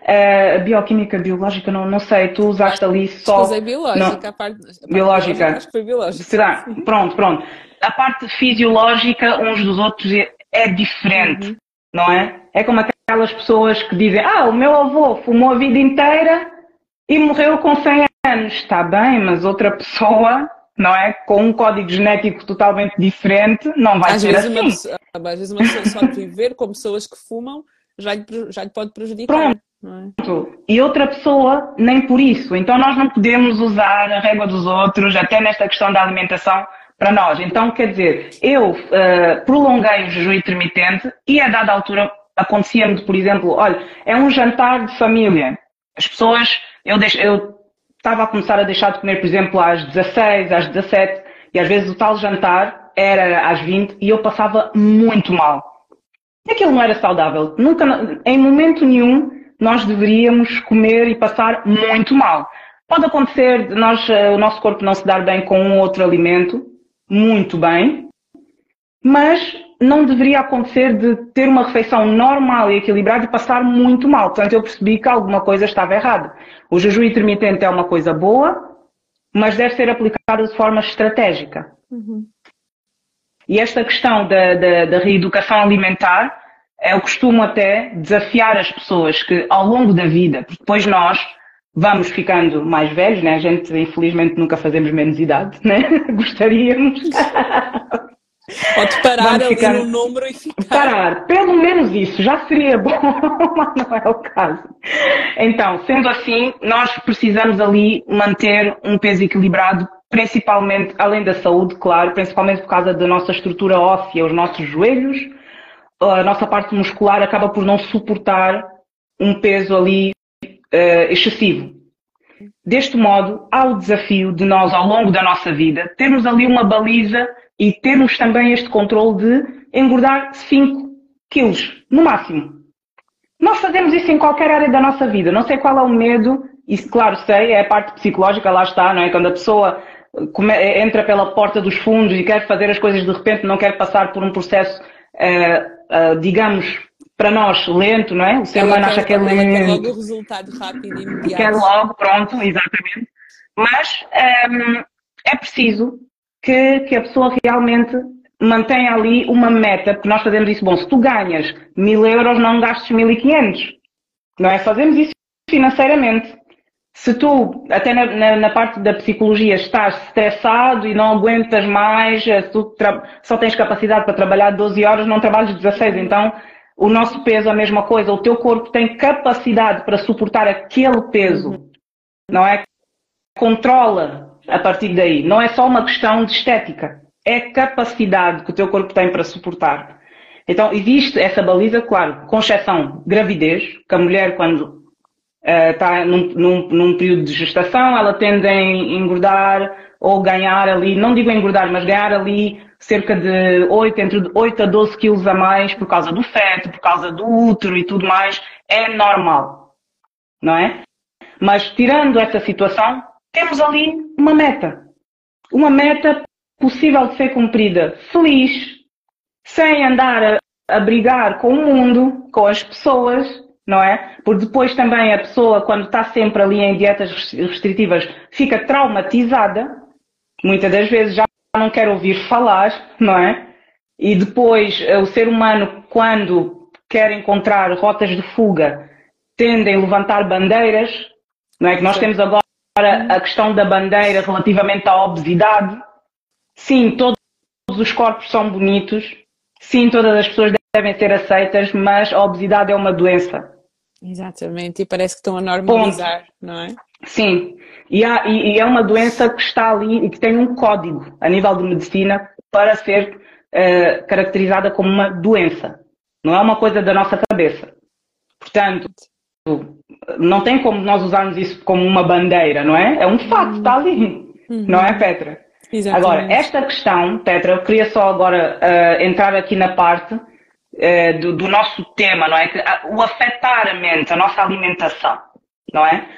a bioquímica biológica, não, não sei, tu usaste ali só... Usei biológica, não, a parte, a parte biológica. biológica, acho que foi biológica. Será? Pronto, pronto. A parte fisiológica uns dos outros é, é diferente, uhum. não é? É como aquelas pessoas que dizem, ah, o meu avô fumou a vida inteira e morreu com cem anos. Está bem, mas outra pessoa, não é? Com um código genético totalmente diferente, não vai às ser vezes assim. Uma pessoa, às vezes uma pessoa só de viver com pessoas que fumam já lhe, já lhe pode prejudicar. Pronto. Não é? E outra pessoa, nem por isso. Então nós não podemos usar a régua dos outros, até nesta questão da alimentação, para nós. Então, quer dizer, eu uh, prolonguei o jejum intermitente e a dada altura acontecia-me, por exemplo, olha, é um jantar de família. As pessoas, eu, deix, eu estava a começar a deixar de comer, por exemplo, às dezasseis, às dezassete, e às vezes o tal jantar era às vinte e eu passava muito mal. E aquilo não era saudável. Nunca, em momento nenhum, nós deveríamos comer e passar muito mal. Pode acontecer de nós, o nosso corpo não se dar bem com um outro alimento, muito bem, mas não deveria acontecer de ter uma refeição normal e equilibrada e passar muito mal. Portanto, eu percebi que alguma coisa estava errada. O jejum intermitente é uma coisa boa, mas deve ser aplicado de forma estratégica. Uhum. E esta questão da, da, da reeducação alimentar, eu costumo até desafiar as pessoas que ao longo da vida, porque depois nós vamos ficando mais velhos, né? A gente infelizmente nunca fazemos menos idade, né? Gostaríamos. Pode parar ali ficar... no número e ficar. Parar, pelo menos isso, já seria bom, mas não é o caso. Então, sendo assim, nós precisamos ali manter um peso equilibrado, principalmente, além da saúde, claro, principalmente por causa da nossa estrutura óssea, os nossos joelhos, a nossa parte muscular acaba por não suportar um peso ali uh, excessivo. Deste modo, há o desafio de nós, ao longo da nossa vida, termos ali uma baliza e termos também este controle de engordar cinco quilos, no máximo. Nós fazemos isso em qualquer área da nossa vida. Não sei qual é o medo, isso claro sei, é a parte psicológica, lá está, não é? Quando a pessoa entra pela porta dos fundos e quer fazer as coisas de repente, não quer passar por um processo, uh, uh, digamos, para nós, lento, não é? O ser humano acha que é lento. Quer logo o resultado rápido e imediato. Quer logo, pronto, exatamente. Mas um, é preciso que, que a pessoa realmente mantenha ali uma meta, porque nós fazemos isso. Bom, se tu ganhas mil euros, não gastes mil e quinhentos. Não é? Fazemos isso financeiramente. Se tu, até na, na, na parte da psicologia, estás estressado e não aguentas mais, se tu só tens capacidade para trabalhar doze horas, não trabalhas dezasseis. Então, o nosso peso é a mesma coisa. O teu corpo tem capacidade para suportar aquele peso. Não é? Controla a partir daí. Não é só uma questão de estética. É capacidade que o teu corpo tem para suportar. Então, existe essa baliza, claro, com exceção gravidez, que a mulher, quando uh, está num, num, num período de gestação, ela tende a engordar ou ganhar ali, não digo engordar, mas ganhar ali cerca de oito, entre oito a doze quilos a mais por causa do feto, por causa do útero e tudo mais. É normal, não é? Mas, tirando essa situação, temos ali uma meta. Uma meta possível de ser cumprida feliz, sem andar a, a brigar com o mundo, com as pessoas, não é? Porque depois também a pessoa, quando está sempre ali em dietas restritivas, fica traumatizada. Muitas das vezes já não quer ouvir falar, não é? E depois o ser humano, quando quer encontrar rotas de fuga, tende a levantar bandeiras, não é? Que nós Sim. temos agora a questão da bandeira relativamente à obesidade. Sim, todos os corpos são bonitos. Sim, todas as pessoas devem ser aceitas, mas a obesidade é uma doença. Exatamente, e parece que estão a normalizar, Ponto. Não é? Sim, e, há, e, e é uma doença que está ali e que tem um código a nível de medicina para ser uh, caracterizada como uma doença. Não é uma coisa da nossa cabeça. Portanto, não tem como nós usarmos isso como uma bandeira, não é? É um fato, está ali. Uhum. Não é, Petra? Exatamente. Agora, esta questão, Petra, eu queria só agora uh, entrar aqui na parte uh, do, do nosso tema, não é? Que, uh, o afetar a mente, a nossa alimentação, não é?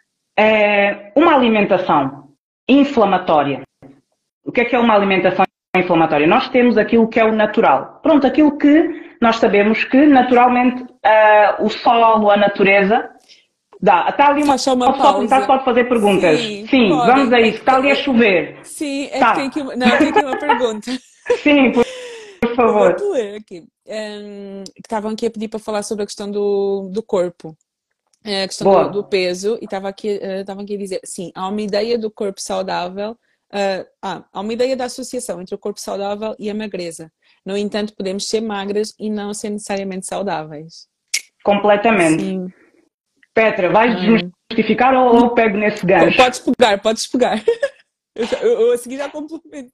É uma alimentação inflamatória. O que é que é uma alimentação inflamatória? Nós temos aquilo que é o natural. Pronto, aquilo que nós sabemos que naturalmente uh, o solo, a natureza, Dá. Está ali uma Faz só uma pessoa a perguntar se pausa. pode fazer perguntas. Sim, Sim, podem. vamos a É isso. que Está ali a tem- chover. Sim, é Tá. que tem aqui uma... Não, tem aqui uma pergunta. Sim, por, por Eu favor. vou-te ler aqui. Hum, que estavam aqui a pedir para falar sobre a questão do, do corpo. A questão do, do Boa. peso. E estava aqui, eh, estavam aqui a dizer, sim, há uma ideia do corpo saudável. eh, ah, há uma ideia da associação entre o corpo saudável e a magreza. No entanto, podemos ser magras e não ser necessariamente saudáveis. Completamente. Sim. Petra, vais Hum. desmistificar ou eu pego nesse Po- gancho? Podes pegar, podes pegar. Eu, já- eu- eu a seguir já complemento.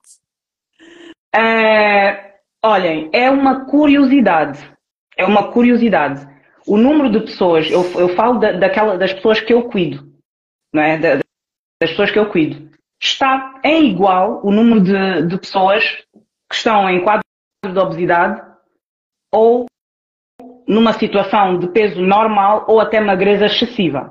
É, olhem, é uma curiosidade. É uma curiosidade. O número de pessoas, eu, eu falo da, daquela, das pessoas que eu cuido, não é? Da- das pessoas que eu cuido. Está em igual o número de, de pessoas que estão em quadro de obesidade ou numa situação de peso normal ou até magreza excessiva.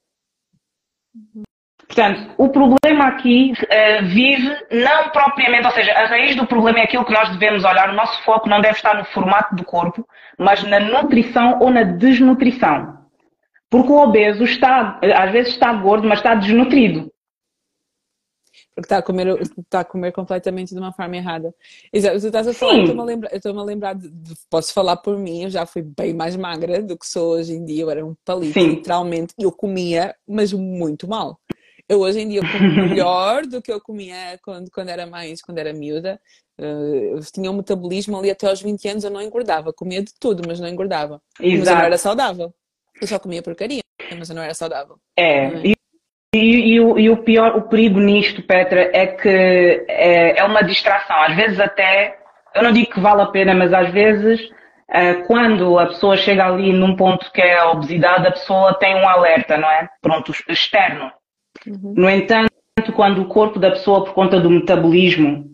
Portanto, o problema aqui eh, vive não propriamente, ou seja, a raiz do problema é aquilo que nós devemos olhar. O nosso foco não deve estar no formato do corpo, mas na nutrição ou na desnutrição. Porque o obeso está, às vezes está gordo, mas está desnutrido. Porque está a comer, está a comer completamente de uma forma errada. Exato, tu estás a falar, eu estou-me a Sim, lembrar, eu estou-me a lembrar de, de- posso falar por mim, eu já fui bem mais magra do que sou hoje em dia, eu era um palito, sim. literalmente, e eu comia, mas muito mal. Eu hoje em dia como melhor do que eu comia quando, quando era mais, quando era miúda. Eh, Eu tinha um metabolismo ali até aos vinte anos, eu não engordava, comia de tudo, mas não engordava. Mas eu não era Exato. saudável. Eu só comia porcaria, mas eu não era saudável. Não É. é? E, e- e o, e o pior, o perigo nisto, Petra, é que é, é uma distração. Às vezes até, eu não digo que vale a pena, mas às vezes, eh, quando a pessoa chega ali num ponto que é a obesidade, a pessoa tem um alerta, não é? Pronto, externo. Uhum. No entanto, quando o corpo da pessoa, por conta do metabolismo,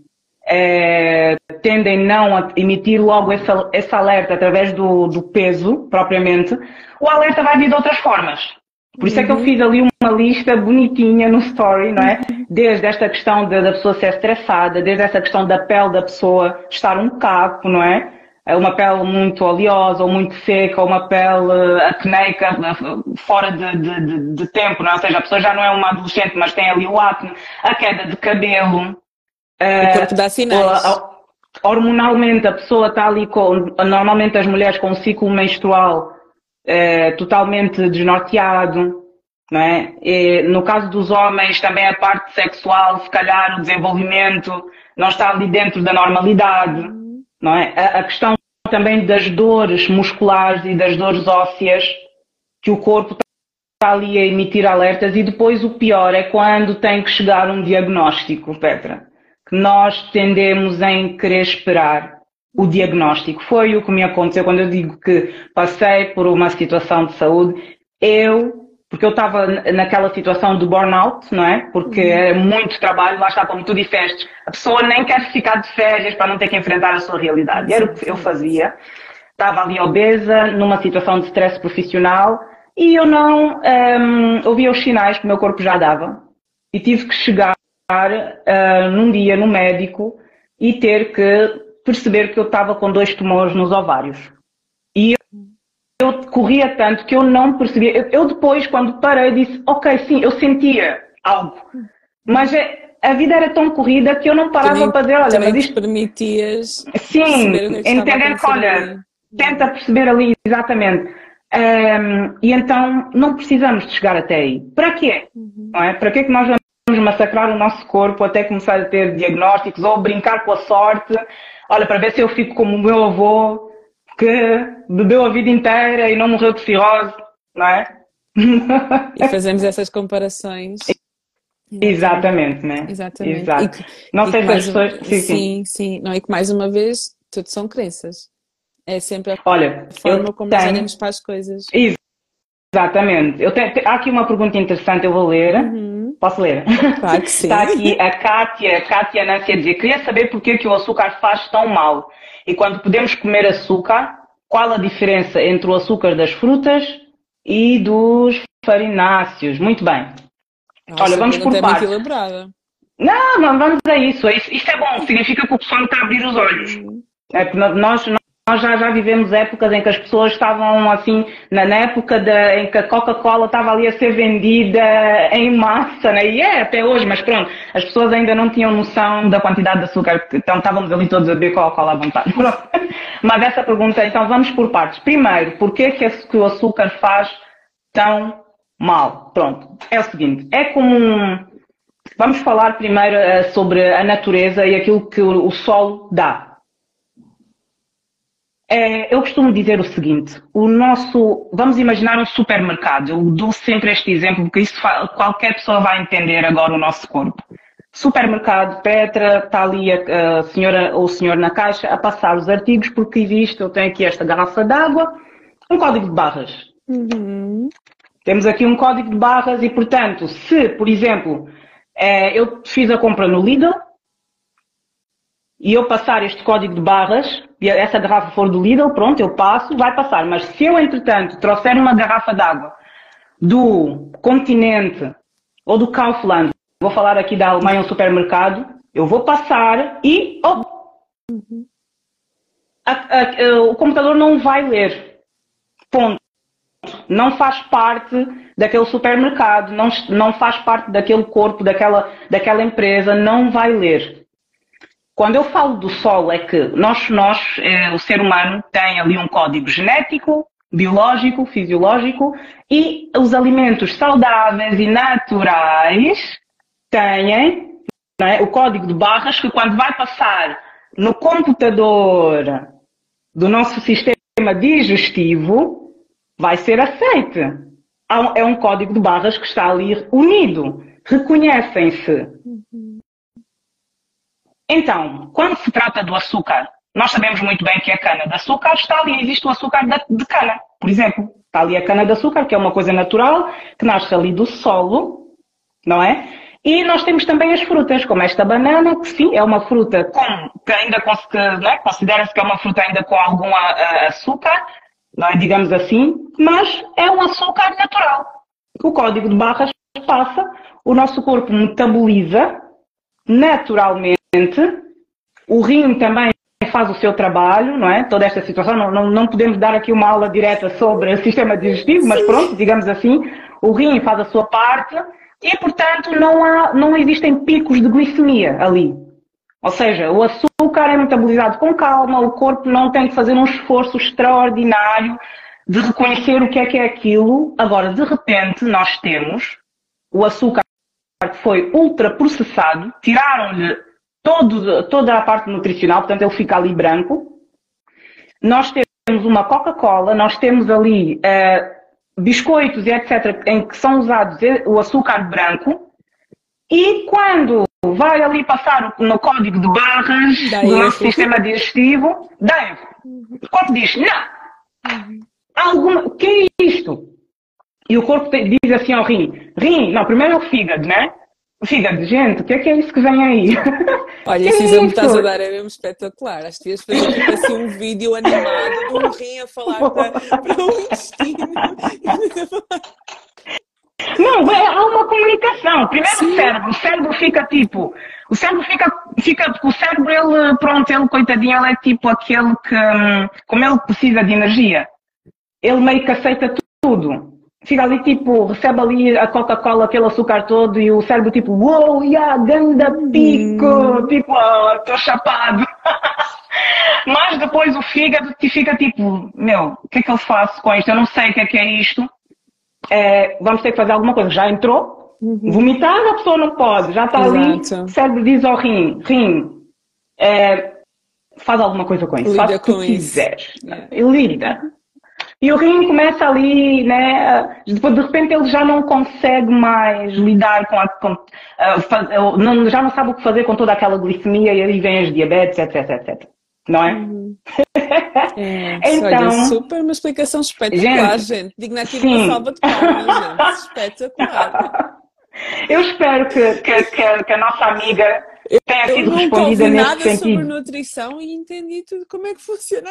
eh, tendem não a emitir logo esse, esse alerta através do, do peso, propriamente, o alerta vai vir de outras formas. Por isso é que eu Uhum. fiz ali uma lista bonitinha no story, não é? Desde esta questão de- da pessoa ser estressada, desde essa questão da pele da pessoa estar um caco, não é? É uma pele muito oleosa ou muito seca, ou uma pele eh, acneica, eh, fora de, de- de- de tempo, não é? Ou seja, a pessoa já não é uma adolescente, mas tem ali o acne, a queda de cabelo, O corpo dá o- sinais. a- hormonalmente a pessoa está ali com, normalmente as mulheres com um ciclo menstrual eh, totalmente desnorteado, não é? E, no caso dos homens, também a parte sexual, se calhar o desenvolvimento não está ali dentro da normalidade, Uhum. não é? A, a questão também das dores musculares e das dores ósseas, que o corpo está ali a emitir alertas, e depois o pior é quando tem que chegar um diagnóstico, Petra, que nós tendemos em querer esperar o diagnóstico. Foi o que me aconteceu quando eu digo que passei por uma situação de saúde. Eu, porque eu estava naquela situação de burnout, não é? Porque Uhum. é muito trabalho, lá está, como tu disseste, a pessoa nem quer ficar de férias para não ter que enfrentar a sua realidade. Era o que eu Exatamente. fazia. Estava ali obesa, numa situação de stress profissional, e eu não hum, ouvia os sinais que o meu corpo já dava. E tive que chegar ah, num dia no médico e ter que perceber que eu estava com dois tumores nos ovários. E eu corria tanto que eu não percebia. Eu, eu depois, quando parei, disse, ok, sim, eu sentia algo. Mas é- a vida era tão corrida que eu não Tu parava nem, para dizer, tu olha, nem mas te isto, permitias sim, perceber o que é que estava a entender que, acontecer olha, ali. tenta Uhum. perceber ali, exatamente. Ahm, e então não precisamos de chegar até aí. Para quê? Uhum. Não é? Para que é que nós vamos massacrar o nosso corpo até começar a ter diagnósticos ou brincar com a sorte? Olha, para ver se eu fico como o meu avô, que bebeu a vida inteira e não morreu de cirrose, não é? E fazemos essas comparações. Exatamente. Exatamente, né? Exatamente. E Exato. que, Não e sei que se as mais, um- pessoas. Sim, sim. sim, sim. Não, e que mais uma vez, tudo são crenças. É sempre a Olha, eu forma como nós olhamos tenho. para as coisas. Exatamente. Eu tenho, há aqui uma pergunta interessante, eu vou ler. Uhum. Posso ler? Claro que sim. Está aqui a Kátia, a Kátia Nancy a dizer, queria saber porquê que o açúcar faz tão mal. E quando podemos comer açúcar, qual a diferença entre o açúcar das frutas e dos farináceos? Muito bem. Nossa, Olha, a vamos pergunta por é muito partes. elaborada. Não, não, vamos a isso. Isso, isso é bom, significa que o pessoal está a abrir os olhos. Uhum. É, porque nós, nós já, já vivemos épocas em que as pessoas estavam assim, na, na época de, em que a Coca-Cola estava ali a ser vendida em massa, né? E é até hoje, mas pronto, as pessoas ainda não tinham noção da quantidade de açúcar, então estávamos ali todos a beber Coca-Cola à vontade. Pronto. Mas essa pergunta, então vamos por partes. Primeiro, porquê que, que o açúcar faz tão mal? Pronto, é o seguinte, é comum. Vamos falar primeiro uh, sobre a natureza e aquilo que o, o solo dá. É, eu costumo dizer o seguinte, o nosso, vamos imaginar um supermercado, eu dou sempre este exemplo porque isso qualquer pessoa vai entender agora o nosso corpo. Supermercado, Petra, está ali a, a senhora ou o senhor na caixa a passar os artigos porque existe, eu tenho aqui esta garrafa de água, um código de barras. Uhum. Temos aqui um código de barras e, portanto, se, por exemplo, é, eu fiz a compra no Lidl, e eu passar este código de barras, e essa garrafa for do Lidl, pronto, eu passo, vai passar. Mas se eu, entretanto, trouxer uma garrafa de água do Continente ou do Kaufland, vou falar aqui da Alemanha, um supermercado, eu vou passar e oh, a, a, a, o computador não vai ler. Ponto. Não faz parte daquele supermercado, não, não faz parte daquele corpo, daquela, daquela empresa, não vai ler. Quando eu falo do solo é que nós, nós eh, o ser humano tem ali um código genético, biológico, fisiológico e os alimentos saudáveis e naturais têm, não é, o código de barras que quando vai passar no computador do nosso sistema digestivo vai ser aceito. É um código de barras que está ali unido. Reconhecem-se. Então, quando se trata do açúcar, nós sabemos muito bem que a cana-de-açúcar está ali, existe o açúcar de cana, por exemplo. Está ali a cana-de-açúcar, que é uma coisa natural, que nasce ali do solo, não é? E nós temos também as frutas, como esta banana, que sim, é uma fruta com, que ainda é? Considera-se que é uma fruta ainda com algum açúcar, não é? Digamos assim, mas é um açúcar natural. O código de barras passa, o nosso corpo metaboliza naturalmente. O rim também faz o seu trabalho, não é? Toda esta situação, não, não, não podemos dar aqui uma aula direta sobre o sistema digestivo, mas pronto, digamos assim, o rim faz a sua parte e, portanto, não, há, não existem picos de glicemia ali. Ou seja, o açúcar é metabolizado com calma, o corpo não tem que fazer um esforço extraordinário de reconhecer o que é que é aquilo. Agora, de repente, nós temos o açúcar que foi ultraprocessado, tiraram-lhe todo, toda a parte nutricional, portanto ele fica ali branco. Nós temos uma Coca-Cola, nós temos ali uh, biscoitos e etcétera em que são usados o açúcar branco e quando vai ali passar no código de barras Daí do nosso sistema digestivo, dá o corpo diz, não, uhum. Alguma, o que é isto? E o corpo diz assim ao rim, rim, não, primeiro é o fígado, né? O fígado, gente, o que é que é isso que vem aí? Olha, esse exemplo que estás a dar é mesmo espetacular. Acho que devias fazer tipo assim um vídeo animado de um rim a falar para, para o intestino. Não, é, há uma comunicação. Primeiro Sim. o cérebro, o cérebro fica tipo, o cérebro fica, fica, o cérebro ele, pronto, ele coitadinho, ele é tipo aquele que, como ele precisa de energia, ele meio que aceita tudo. Fica ali tipo, recebe ali a Coca-Cola, aquele açúcar todo e o cérebro tipo, uou, wow, yeah, ganda pico, hum. tipo, estou oh, chapado. Mas depois o fígado fica tipo, meu, o que é que eu faço com isto? Eu não sei o que é que é isto. É, vamos ter que fazer alguma coisa. Já entrou? Uhum. Vomitar a pessoa não pode. Já está ali, o cérebro diz ao rim, rim, é, faz alguma coisa com isso. Lida faz o que com quiseres. Yeah. E lida. E o rim começa ali, né? Depois de repente ele já não consegue mais lidar com a. Com, uh, faz, uh, não, já não sabe o que fazer com toda aquela glicemia e aí vem as diabetes, etc, etcétera. Não é? Uhum. É, então, olha, super uma explicação espetacular, gente. gente. Digna aqui de uma salva de palmas, gente. Espetacular. Eu espero que, que, que, que a nossa amiga tenha eu sido não respondida nesse nada sentido. sobre nutrição e entendi tudo como é que funciona.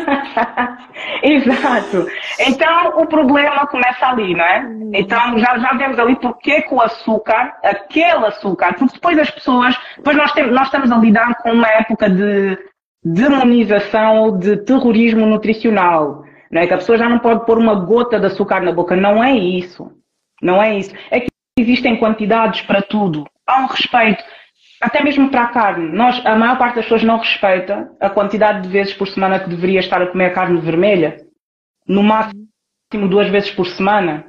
Exato. Então o problema começa ali, não é? Hum. Então já, já vemos ali porque que o açúcar, aquele açúcar, porque depois as pessoas, depois nós, temos, nós estamos a lidar com uma época de demonização ou de terrorismo nutricional. Não é que a pessoa já não pode pôr uma gota de açúcar na boca. Não é isso. Não é isso. É que existem quantidades para tudo. Há um respeito. Até mesmo para a carne. Nós, a maior parte das pessoas não respeita a quantidade de vezes por semana que deveria estar a comer carne vermelha. No máximo duas vezes por semana.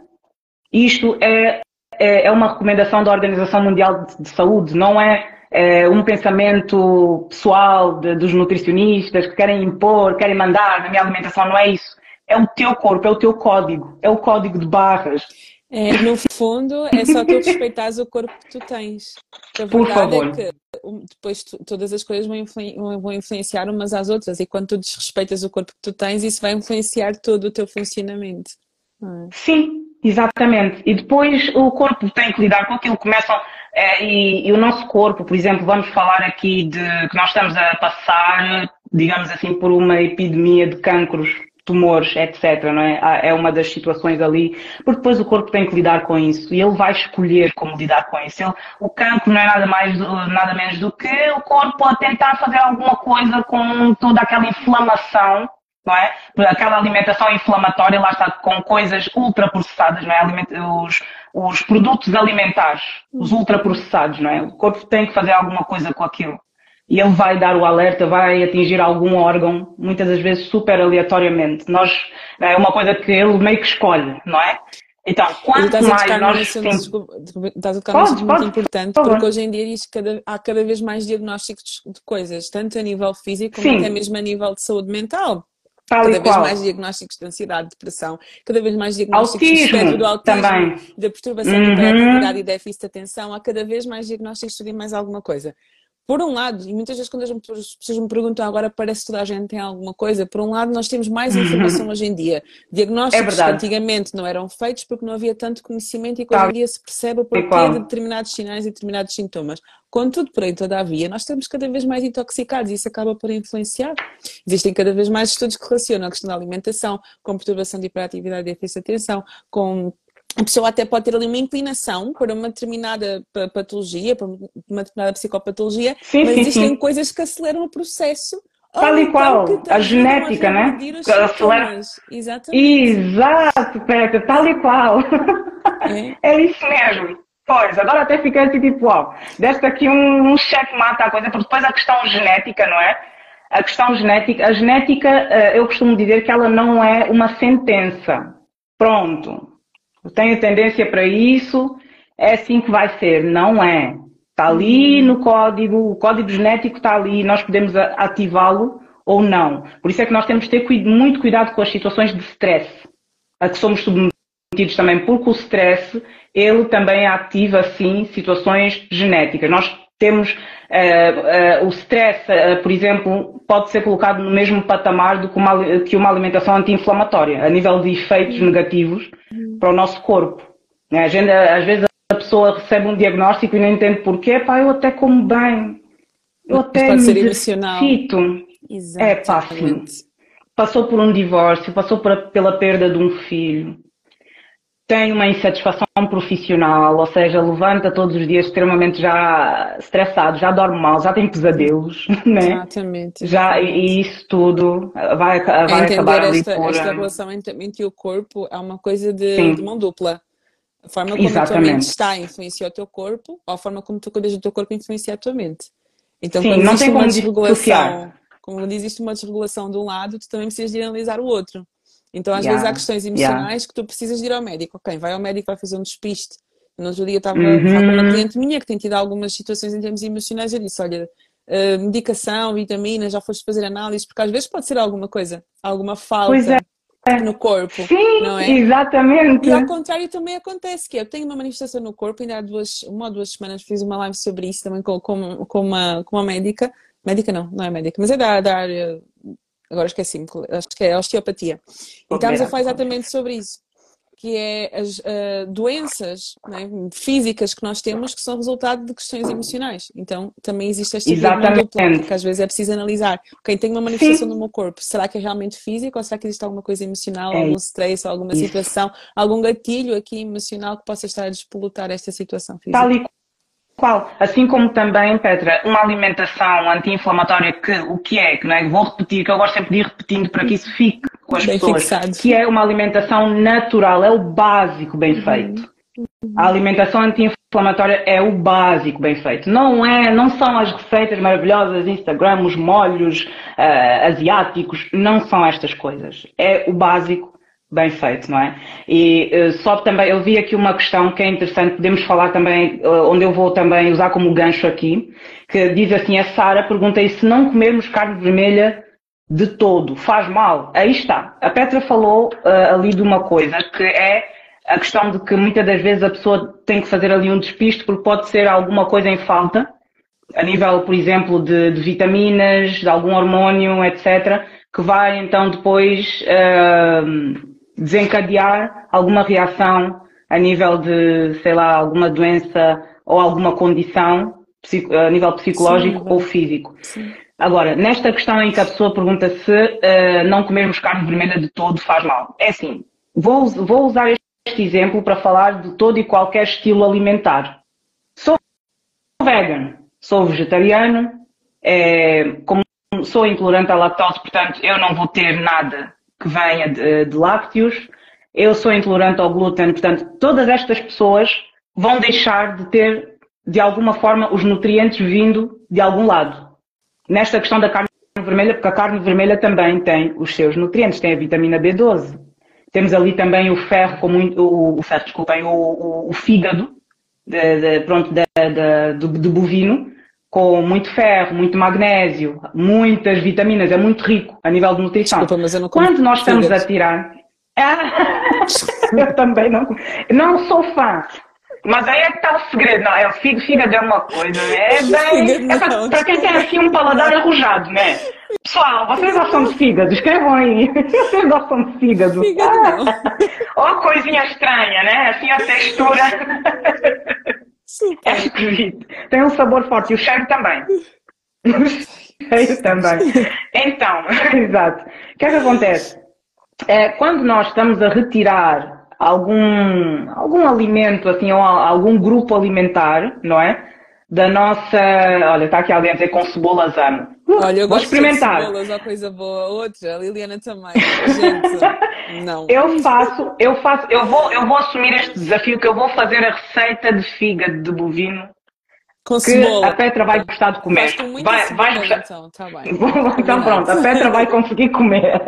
Isto é, é, é uma recomendação da Organização Mundial de, de Saúde. Não é, é um pensamento pessoal de, dos nutricionistas que querem impor, querem mandar na minha alimentação. Não é isso. É o teu corpo, é o teu código. É o código de barras. É, no fundo, é só tu respeitares o corpo que tu tens. A verdade Por favor. é que depois tu, todas as coisas vão, influ, vão influenciar umas às outras, e quando tu desrespeitas o corpo que tu tens, isso vai influenciar todo o teu funcionamento. É? Sim, exatamente. E depois o corpo tem que lidar com aquilo. Começam, é, e, e o nosso corpo, por exemplo, vamos falar aqui de que nós estamos a passar, digamos assim, por uma epidemia de cancros, tumores, etcétera. Não é? É uma das situações ali, porque depois o corpo tem que lidar com isso e ele vai escolher como lidar com isso. Ele, o cancro não é nada mais, nada menos do que o corpo a tentar fazer alguma coisa com toda aquela inflamação, não é? Aquela alimentação inflamatória, lá está, com coisas ultraprocessadas, não é? Os, os produtos alimentares, os ultraprocessados, não é? O corpo tem que fazer alguma coisa com aquilo. E ele vai dar o alerta, vai atingir algum órgão, muitas das vezes super aleatoriamente. Nós, é uma coisa que ele meio que escolhe, não é? Então, quanto mais nós... Estás a tocar num assunto muito importante, porque hoje em dia diz que cada, há cada vez mais diagnósticos de coisas, tanto a nível físico como sim, até mesmo a nível de saúde mental. Tal cada vez qual. mais diagnósticos de ansiedade, depressão, cada vez mais diagnósticos autismo, de espectro do autismo, também. da perturbação uhum. de hiperatividade e déficit de atenção, há cada vez mais diagnósticos de mais alguma coisa. Por um lado, e muitas vezes quando as pessoas me perguntam agora parece que toda a gente tem alguma coisa, por um lado nós temos mais informação uhum. hoje em dia. Diagnósticos é que antigamente não eram feitos porque não havia tanto conhecimento e que hoje em dia se percebe o porquê de determinados sinais e determinados sintomas. Contudo, porém, todavia, nós estamos cada vez mais intoxicados e isso acaba por influenciar. Existem cada vez mais estudos que relacionam a questão da alimentação com perturbação de hiperatividade e déficit de atenção, com... A pessoa até pode ter ali uma inclinação para uma determinada patologia, para uma determinada psicopatologia, sim, mas sim, existem sim. coisas que aceleram o processo. Tal e qual, a genética, né? Acelera. Exatamente. Exato, Petra, tal e qual. É? É isso mesmo. Pois, agora até fiquei assim tipo, uau, deste aqui um, um checkmate à coisa, porque depois a questão genética, não é? A questão genética, a genética, eu costumo dizer que ela não é uma sentença. Pronto. Eu tenho tendência para isso, é assim que vai ser. Não é. Está ali no código, o código genético está ali, nós podemos ativá-lo ou não. Por isso é que nós temos que ter muito cuidado com as situações de stress, a que somos submetidos também, porque o stress, ele também ativa, sim, situações genéticas. Nós temos uh, uh, o stress, uh, por exemplo, pode ser colocado no mesmo patamar do que uma, que uma alimentação anti-inflamatória, a nível de efeitos negativos para o nosso corpo. A gente, às vezes a pessoa recebe um diagnóstico e não entende porquê, pá, eu até como bem, eu até pode me ser emocional. É, pá, sim. Passou por um divórcio, passou por, pela perda de um filho, tem uma insatisfação profissional, ou seja, levanta todos os dias extremamente já estressado, já dorme mal, já tem pesadelos, né? Exatamente. Já, e isso tudo vai, vai é acabar ali esta, por... esta relação entre a mente e o corpo é uma coisa de, de mão dupla. A forma como Exatamente. a tua mente está influencia o teu corpo, ou a forma como tu cuidas do teu corpo influencia a tua mente. Então, Sim, quando não existe tem uma como desregulação, quando existe uma desregulação de um lado, tu também precisas de analisar o outro. Então, às yeah. vezes há questões emocionais yeah. que tu precisas de ir ao médico. Ok, vai ao médico, vai fazer um despiste. No outro dia eu estava uhum. a falar com uma cliente minha que tem tido algumas situações em termos emocionais. Eu disse, olha, uh, medicação, vitaminas, já foste fazer análises, porque às vezes pode ser alguma coisa, alguma falta é. no corpo. Sim, não é? Exatamente. E ao contrário também acontece, que eu tenho uma manifestação no corpo, ainda há duas, uma ou duas semanas fiz uma live sobre isso também com, com, com, uma, com uma médica. Médica não, não é médica, mas é da, da área... Agora esqueci-me, acho que é osteopatia. E estamos a falar exatamente sobre isso, que é as uh, doenças, né, físicas que nós temos que são resultado de questões emocionais. Então também existe esta via dupla, que às vezes é preciso analisar. Quem tem uma manifestação Sim. no meu corpo, será que é realmente físico ou será que existe alguma coisa emocional, é algum stress, alguma isso. situação, algum gatilho aqui emocional que possa estar a despolutar esta situação física? Tal e qual. Assim como também, Petra, uma alimentação anti-inflamatória que o que é, que não é? Vou repetir, que eu gosto sempre de ir repetindo para que isso fique com as Bem pessoas, fixado. que é uma alimentação natural, é o básico bem feito. A alimentação anti-inflamatória é o básico bem feito. Não é, não são as receitas maravilhosas, Instagram, os molhos uh, asiáticos, não são estas coisas. É o básico bem feito, não é? E uh, só também, eu vi aqui uma questão que é interessante, podemos falar também, uh, onde eu vou também usar como gancho aqui, que diz assim, a Sara pergunta aí se não comermos carne vermelha de todo, faz mal? Aí está. A Petra falou uh, ali de uma coisa, que é a questão de que muitas das vezes a pessoa tem que fazer ali um despiste porque pode ser alguma coisa em falta, a nível, por exemplo, de, de vitaminas, de algum hormônio, etcétera, que vai então depois uh, desencadear alguma reação a nível de, sei lá, alguma doença ou alguma condição a nível psicológico Sim, ou físico. Sim. Agora, nesta questão em que a pessoa pergunta se uh, não comermos carne vermelha de todo faz mal. É assim, vou, vou usar este exemplo para falar de todo e qualquer estilo alimentar. Sou vegan, sou vegetariano, é, como sou intolerante à lactose, portanto eu não vou ter nada que venha de, de lácteos. Eu sou intolerante ao glúten, portanto todas estas pessoas vão deixar de ter, de alguma forma, os nutrientes vindo de algum lado. Nesta questão da carne vermelha, porque a carne vermelha também tem os seus nutrientes, tem a vitamina B doze. Temos ali também o ferro, com muito, o, o ferro, desculpem, o, o, o fígado de, de, pronto, de, de, de, de bovino, com muito ferro, muito magnésio, muitas vitaminas, é muito rico a nível de nutrição. Desculpa, mas eu não como Quando nós estamos fígado. a tirar... eu também não, não sou fã. Mas aí é que está o segredo, não é? O fígado é uma coisa, é bem... É para, para quem tem assim um paladar arrojado, né? Pessoal, vocês gostam de fígado? Escrevam aí. Vocês gostam de fígado? Fígado não. Ó, coisinha estranha, né? Assim a textura. Super. É esquisito. Tem um sabor forte. E o cheiro também. O cheiro também. Então, exato. O que é que acontece? É, quando nós estamos a retirar algum, algum alimento, assim, ou algum grupo alimentar, não é? Da nossa... Olha, está aqui alguém a dizer com cebolas amo. Uh, Olha, eu vou gosto experimentar. de cebolas, ó, coisa boa. Outra, a Liliana também. Gente, não. Eu faço, eu faço, eu vou, eu vou assumir este desafio que eu vou fazer a receita de fígado de bovino Com que cebola. a Petra vai gostar de comer. Faz com muita Vai, cebola, vai gostar. então, tá bem. Então pronto, a Petra vai conseguir comer.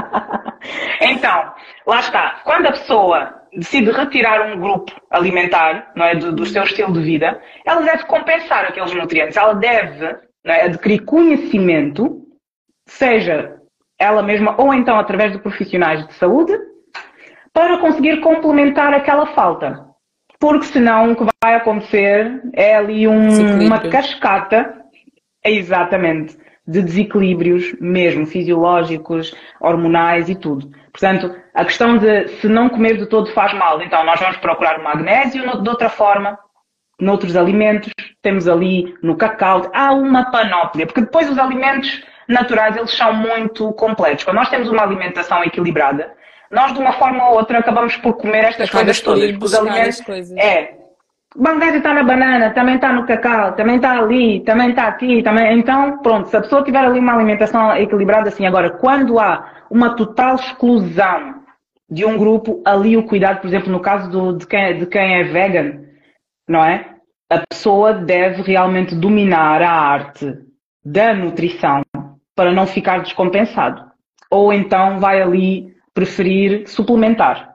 Então, lá está. Quando a pessoa decide retirar um grupo alimentar, não é, do, do seu estilo de vida, ela deve compensar aqueles nutrientes. Ela deve, não é, adquirir conhecimento, seja ela mesma ou então através de profissionais de saúde, para conseguir complementar aquela falta. Porque senão o que vai acontecer é ali um, uma cascata, exatamente, de desequilíbrios mesmo, fisiológicos, hormonais e tudo. Portanto, a questão de se não comer de todo faz mal, então nós vamos procurar o magnésio de outra forma, noutros alimentos, temos ali no cacau, há uma panóplia, porque depois os alimentos naturais eles são muito completos. Quando nós temos uma alimentação equilibrada, nós de uma forma ou outra acabamos por comer estas Acabas coisas todas. Porque os alimentos, coisas. É, o magnésio está na banana, também está no cacau, também está ali, também está aqui, também. Então, pronto, se a pessoa tiver ali uma alimentação equilibrada, assim, agora, quando há uma total exclusão de um grupo, ali o cuidado, por exemplo, no caso do, de, quem, de quem é vegan, não é? A pessoa deve realmente dominar a arte da nutrição para não ficar descompensado. Ou então vai ali preferir suplementar.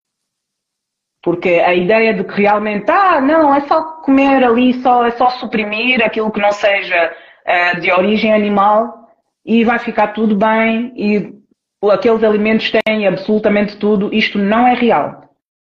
Porque a ideia de que realmente, ah, não, é só comer ali, só, é só suprimir aquilo que não seja uh, de origem animal e vai ficar tudo bem e aqueles alimentos têm absolutamente tudo, isto não é real.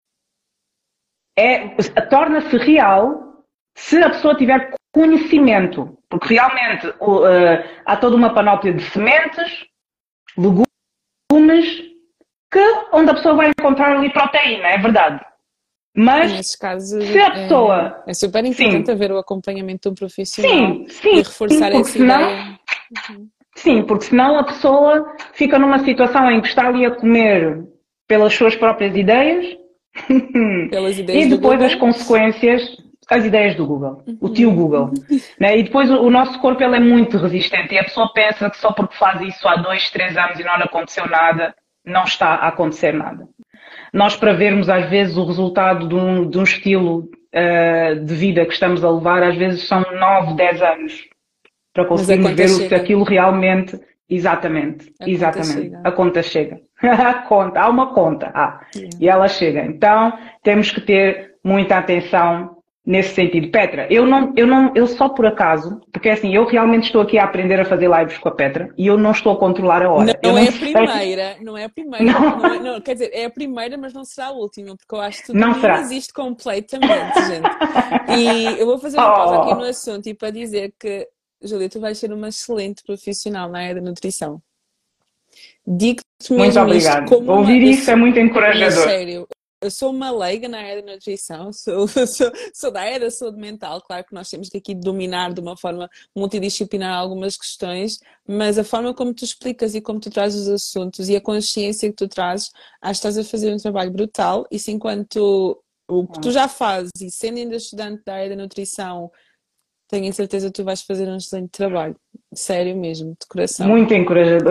É, torna-se real se a pessoa tiver conhecimento, porque realmente uh, há toda uma panóplia de sementes, legumes, que, onde a pessoa vai encontrar ali proteína, é verdade. Mas, nesses casos, se a pessoa... É, é super importante sim. haver o acompanhamento de um profissional sim, sim, e reforçar sim, essa senão, ideia. Uhum. Sim, porque senão a pessoa fica numa situação em que está ali a comer pelas suas próprias ideias Pelas ideias e do depois Google. as consequências as ideias do Google, o tio Google, né? E depois o, o nosso corpo ele é muito resistente e a pessoa pensa que só porque faz isso há dois, três anos e não lhe aconteceu nada, não está a acontecer nada. Nós, para vermos às vezes o resultado de um, de um estilo uh, de vida que estamos a levar, às vezes são nove, dez anos para conseguirmos ver se aquilo realmente... Exatamente, a exatamente. Conta chega. A conta chega. A conta, há uma conta, ah, yeah. E ela chega. Então, temos que ter muita atenção nesse sentido. Petra, eu não, eu não, eu só por acaso, porque assim, eu realmente estou aqui a aprender a fazer lives com a Petra e eu não estou a controlar a hora. Não, eu não não é a sei. primeira, não é a primeira, não. Não é, não, quer dizer, é a primeira, mas não será a última, porque eu acho que tu não dominas isto completamente, gente. E eu vou fazer uma pausa oh. aqui no assunto e para dizer que, Júlia, tu vais ser uma excelente profissional na área da nutrição. Digo-te mesmo muito obrigada. Isto como Ouvir uma, isso é muito encorajador. Sério, eu sou uma leiga na área da nutrição, sou, sou, sou da área da saúde mental, claro que nós temos que aqui dominar de uma forma multidisciplinar algumas questões, mas a forma como tu explicas e como tu trazes os assuntos e a consciência que tu trazes, acho que estás a fazer um trabalho brutal. Isso enquanto o que tu já fazes e sendo ainda estudante da área da nutrição, tenho a certeza que tu vais fazer um excelente trabalho. Sério mesmo, de coração. Muito encorajador.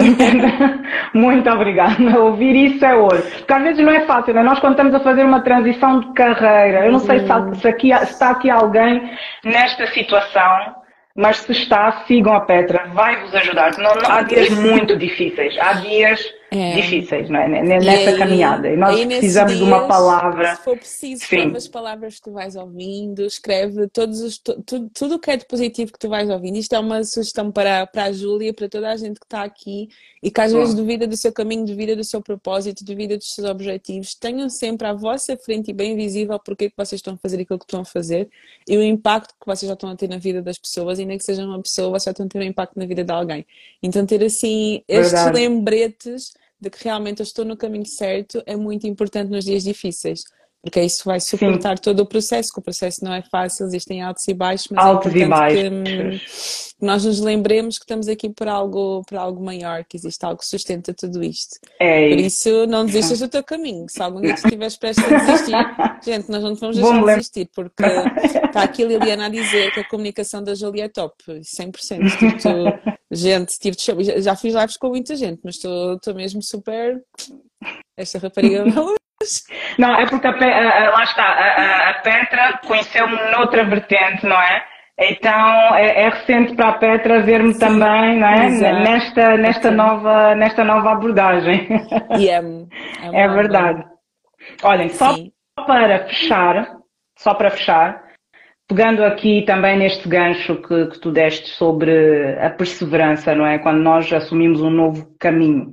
Muito obrigada. Ouvir isso é ouro. Porque às vezes não é fácil, né? Nós quando estamos a fazer uma transição de carreira, eu não sei Uhum. se, se, aqui, se está aqui alguém nesta situação, mas se está, sigam a Petra, vai-vos ajudar. Não, não, há dias muito difíceis, há dias é. difícíis, não é? Nessa e aí, caminhada. E nós precisamos dias, de uma palavra. Se for preciso, escreve as palavras que tu vais ouvindo, escreve todos os, tu, tu, tudo o que é de positivo que tu vais ouvindo. Isto é uma sugestão para, para a Júlia, para toda a gente que está aqui e que às vezes duvida do seu caminho, duvida do seu propósito, duvida dos seus objetivos. Tenham sempre à vossa frente e bem visível porque que vocês estão a fazer aquilo que estão a fazer e o impacto que vocês já estão a ter na vida das pessoas, e nem que seja uma pessoa, vocês já estão a ter um impacto na vida de alguém. Então ter assim estes Verdade. lembretes de que realmente eu estou no caminho certo é muito importante nos dias difíceis, porque isso vai suportar Sim. todo o processo, que o processo não é fácil, existem altos e baixos, mas altos é importante e que, que nós nos lembremos que estamos aqui por algo, por algo maior, que existe algo que sustenta tudo isto. É por isso, não desistas do teu caminho. Se algum dia estiveres prestes a desistir, gente, nós não te vamos deixar de desistir, porque está aqui a Liliana a dizer que a comunicação da Júlia é top, cem por cento. Tipo, gente, tipo, já, já fiz lives com muita gente, mas estou mesmo super... Esta rapariga... Não, é porque a, a, lá está, a, a Petra conheceu-me noutra vertente, não é? Então é, é recente para a Petra ver-me também, não é? Exato. Nesta, nesta, nova, nesta nova abordagem. E é, é, é verdade. Olhem, só Sim. para fechar, só para fechar, pegando aqui também neste gancho que, que tu deste sobre a perseverança, não é? Quando nós assumimos um novo caminho.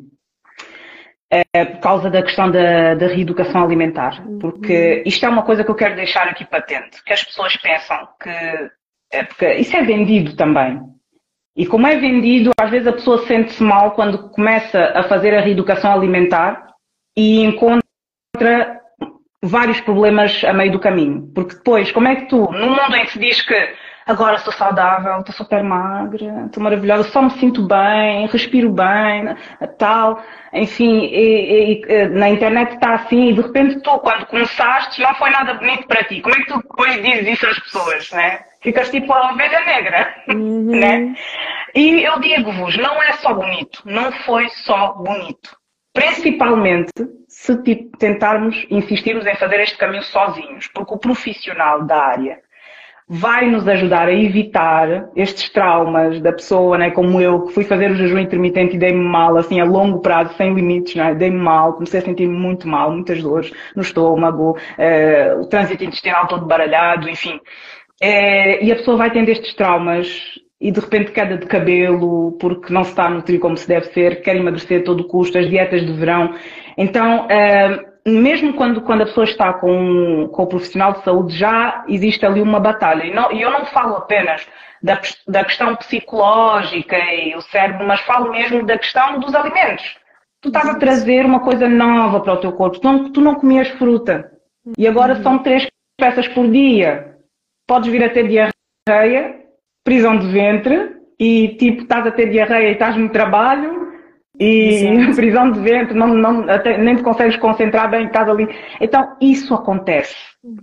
É, por causa da questão da, da reeducação alimentar, porque isto é uma coisa que eu quero deixar aqui patente, que as pessoas pensam que, é porque isso é vendido também, e como é vendido, às vezes a pessoa sente-se mal quando começa a fazer a reeducação alimentar e encontra vários problemas a meio do caminho, porque depois, como é que tu, num mundo em que se diz que agora sou saudável, estou super magra, estou maravilhosa, só me sinto bem, respiro bem, tal, enfim, e, e, na internet está assim, e de repente tu, quando começaste, não foi nada bonito para ti. Como é que tu depois dizes isso às pessoas, né? Ficas tipo a ovelha negra, uhum. né? E eu digo-vos, não é só bonito, não foi só bonito. Principalmente se tipo, tentarmos, insistirmos em fazer este caminho sozinhos, porque o profissional da área vai nos ajudar a evitar estes traumas da pessoa, né, como eu, que fui fazer o jejum intermitente e dei-me mal, assim, a longo prazo, sem limites, né, dei-me mal, comecei a sentir-me muito mal, muitas dores no estômago, eh, o trânsito intestinal todo baralhado, enfim. Eh, e a pessoa vai tendo estes traumas e de repente queda de cabelo, porque não se está a nutrir como se deve ser, quer emagrecer a todo custo, as dietas de verão. Então, eh, mesmo quando, quando a pessoa está com, com o profissional de saúde, já existe ali uma batalha. E, não, e eu não falo apenas da, da questão psicológica e o cérebro, mas falo mesmo da questão dos alimentos. Tu estás a trazer uma coisa nova para o teu corpo. Tu não, tu não comias fruta. E agora são três peças por dia. Podes vir a ter diarreia, prisão de ventre, e tipo, estás a ter diarreia e estás no trabalho, e Exato. prisão de ventre, não, não, até, nem te consegues concentrar bem, estás ali. Então, isso acontece. Uhum.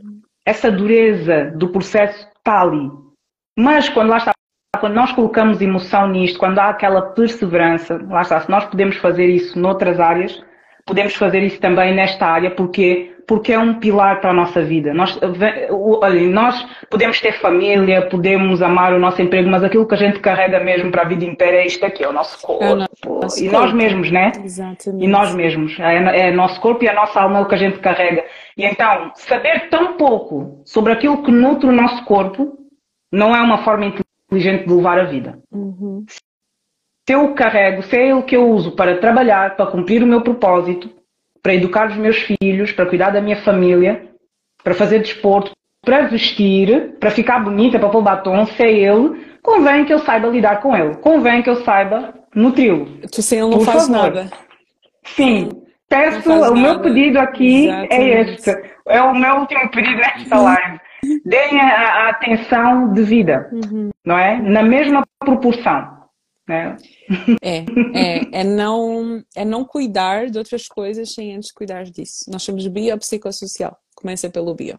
essa dureza do processo está ali. Mas quando lá está, quando nós colocamos emoção nisto, quando há aquela perseverança, lá está, se nós podemos fazer isso noutras áreas, podemos fazer isso também nesta área, porque, porque é um pilar para a nossa vida. Nós, olha, nós podemos ter família, podemos amar o nosso emprego, mas aquilo que a gente carrega mesmo para a vida inteira é isto aqui, é o nosso corpo. É o nosso e corpo. Nós mesmos, né? Exatamente. E nós mesmos. É, é o nosso corpo e a nossa alma é o que a gente carrega. E então, saber tão pouco sobre aquilo que nutre o nosso corpo não é uma forma inteligente de levar a vida. Uhum. Se eu o carrego, se é ele que eu uso para trabalhar, para cumprir o meu propósito, para educar os meus filhos, para cuidar da minha família, para fazer desporto, para vestir, para ficar bonita, para pôr batom, se é ele, convém que eu saiba lidar com ele. Convém que eu saiba nutri-lo. Tu sem ele não faz nada. Sim. Peço, o meu pedido aqui Exatamente. é este. É o meu último pedido nesta live. Deem a, a atenção devida, uhum. não é? Na mesma proporção. É. É, é, é, não, é não cuidar de outras coisas sem antes cuidar disso. Nós somos biopsicossocial, começa pelo bio.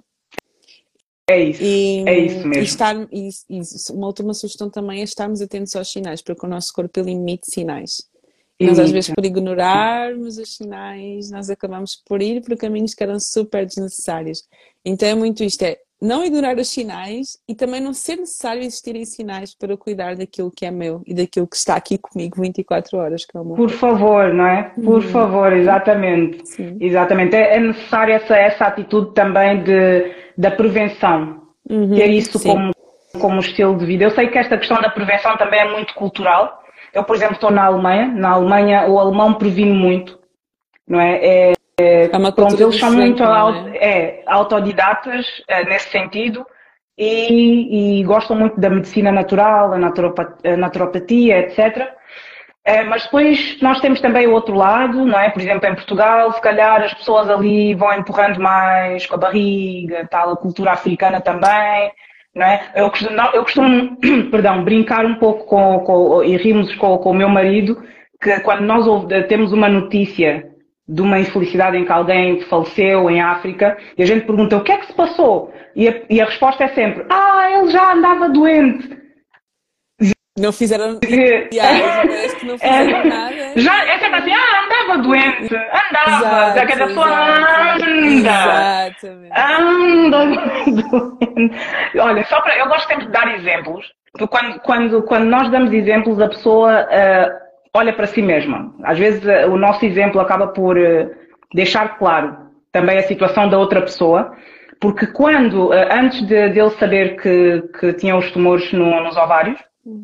É isso, e, é isso mesmo. E, estar, e, e uma última sugestão também é estarmos atentos aos sinais, porque o nosso corpo ele emite sinais. E nós às vezes por ignorarmos os sinais, nós acabamos por ir por caminhos que eram super desnecessários. Então é muito isto, é não ignorar os sinais e também não ser necessário existirem sinais para cuidar daquilo que é meu e daquilo que está aqui comigo vinte e quatro horas. Que é o meu Por favor, não é? Por uhum. favor, exatamente. Sim. Exatamente. É, é necessária essa, essa atitude também de, da prevenção. Uhum. Ter isso como, como estilo de vida. Eu sei que esta questão da prevenção também é muito cultural. Eu, por exemplo, estou na Alemanha. Na Alemanha o alemão previne muito, não é? É É uma Pronto, eles são muito é? É, autodidatas é, nesse sentido e, e gostam muito da medicina natural, a, naturopatia, a naturopatia etcétera. É, mas depois nós temos também o outro lado, não é? Por exemplo, em Portugal, se calhar as pessoas ali vão empurrando mais com a barriga, tal, a cultura africana também, não é? Eu costumo, eu costumo perdão, brincar um pouco com, com, e rimos com, com o meu marido, que quando nós temos uma notícia de uma infelicidade em que alguém faleceu em África, e a gente pergunta o que é que se passou? E a, e a resposta é sempre, ah, ele já andava doente. Não fizeram yeah, que não fizeram é, nada. Já, é sempre assim, ah, andava doente, andava, já que a pessoa anda, exatamente. anda doente. Olha, só para, eu gosto sempre de dar exemplos, porque quando, quando, quando nós damos exemplos, a pessoa uh, olha para si mesma. Às vezes uh, o nosso exemplo acaba por uh, deixar claro também a situação da outra pessoa, porque quando, uh, antes de, de ele saber que, que tinha os tumores no, nos ovários,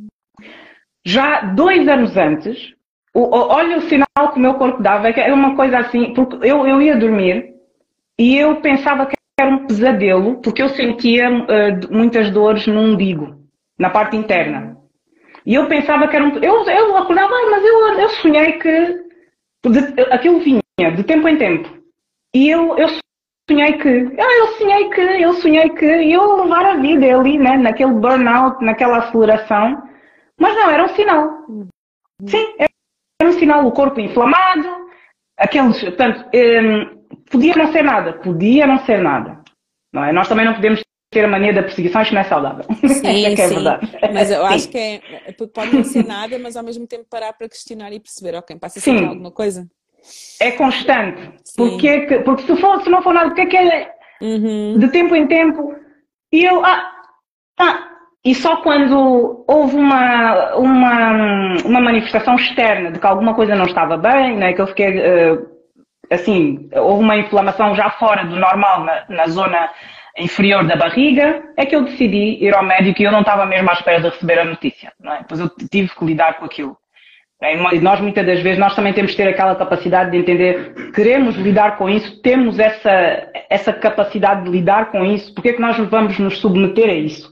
já dois anos antes, o, o, olha o sinal que o meu corpo dava, que era uma coisa assim, porque eu, eu ia dormir e eu pensava que era um pesadelo, porque eu sentia uh, muitas dores no umbigo, na parte interna. E eu pensava que era um... Eu, eu acordava, ah, mas eu, eu sonhei que... De, aquilo vinha, de tempo em tempo. E eu, eu sonhei que... Ah, eu sonhei que... Eu sonhei que... Eu levar a vida ali, né? Naquele burnout, naquela aceleração. Mas não, era um sinal. Sim, era um sinal. O corpo inflamado. Aqueles... Portanto, um, podia não ser nada. Podia não ser nada. Não é? Nós também não podemos ter a mania da perseguição, isto não é saudável. Sim, é que é sim. verdade. Mas eu sim. acho que é, pode não ser nada, mas ao mesmo tempo parar para questionar e perceber, ok, passa a ser alguma coisa? É constante. Porque, que, porque se, for, se não for nada, porque é que é uhum. de tempo em tempo? E eu, ah, ah, e só quando houve uma, uma, uma manifestação externa de que alguma coisa não estava bem, né, que eu fiquei, uh, assim, houve uma inflamação já fora do normal na, na zona inferior da barriga, é que eu decidi ir ao médico e eu não estava mesmo à espera de receber a notícia, não é? Pois eu tive que lidar com aquilo. E nós, muitas das vezes, nós também temos que ter aquela capacidade de entender, queremos lidar com isso, temos essa, essa capacidade de lidar com isso, porque é que nós vamos nos submeter a isso?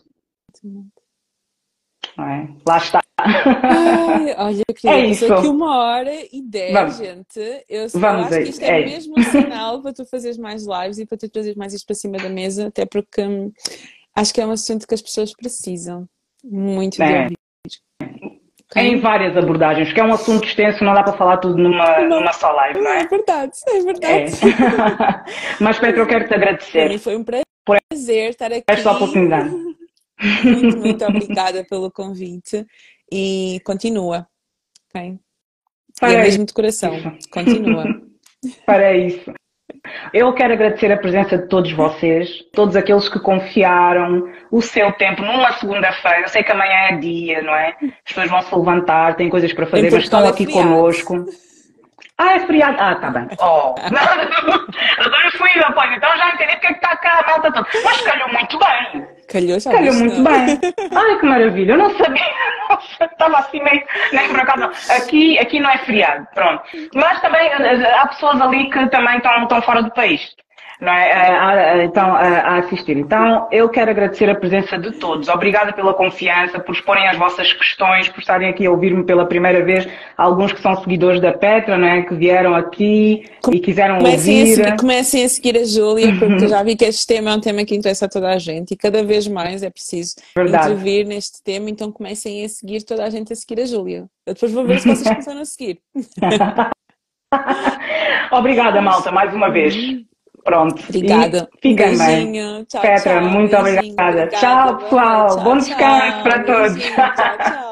Não é? Lá está. Ai, olha, eu queria é dizer isso. que uma hora e dez, vamos. gente. Eu, vamos eu acho que isto é, é mesmo um sinal para tu fazeres mais lives e para tu trazeres mais isto para cima da mesa, até porque hum, acho que é um assunto que as pessoas precisam muito é. de ouvir. Okay? Em várias abordagens, porque é um assunto extenso, não dá para falar tudo numa, não, numa só live, não é? É verdade, é verdade. É. Mas, Petra, eu quero te agradecer. Foi um prazer. prazer estar aqui. esta oportunidade. Muito, muito obrigada pelo convite e continua, ok? Para e é isso. mesmo de coração, continua. Para isso. Eu quero agradecer a presença de todos vocês, todos aqueles que confiaram o seu tempo numa segunda-feira. Eu sei que amanhã é dia, não é? As pessoas vão se levantar, têm coisas para fazer, mas estão Portugal é aqui feriado. connosco. Ah, é feriado. Ah, tá bem. Oh. Agora fui, pois, então já entendi porque é que está cá a malta toda. Mas calhou muito bem. Calhou, já Calhou viste, muito não? bem. Ai, que maravilha. Eu não sabia. Estava assim meio... Nem por acaso, não. Aqui, aqui não é feriado, pronto. Mas também eh, há pessoas ali que também estão, estão fora do país. Não é? A, a, então, a, a assistir. Então, eu quero agradecer a presença de todos. Obrigada pela confiança, por exporem as vossas questões, por estarem aqui a ouvir-me pela primeira vez. Alguns que são seguidores da Petra, não é? Que vieram aqui e quiseram Comecem a, ouvir. seguir, comecem a seguir a Júlia, porque eu já vi que este tema é um tema que interessa a toda a gente e cada vez mais é preciso Verdade. intervir neste tema, então comecem a seguir toda a gente a seguir a Júlia. Eu depois vou ver se vocês começaram a seguir. Obrigada, malta, mais uma vez. Pronto. Obrigada. E fiquem Um bem. beijinho. Tchau, Petra, tchau. muito Beijinho. obrigada. Obrigada. Tchau, Boa pessoal. noite. Tchau, Bom descanso tchau. para todos. Beijinho. Tchau, tchau.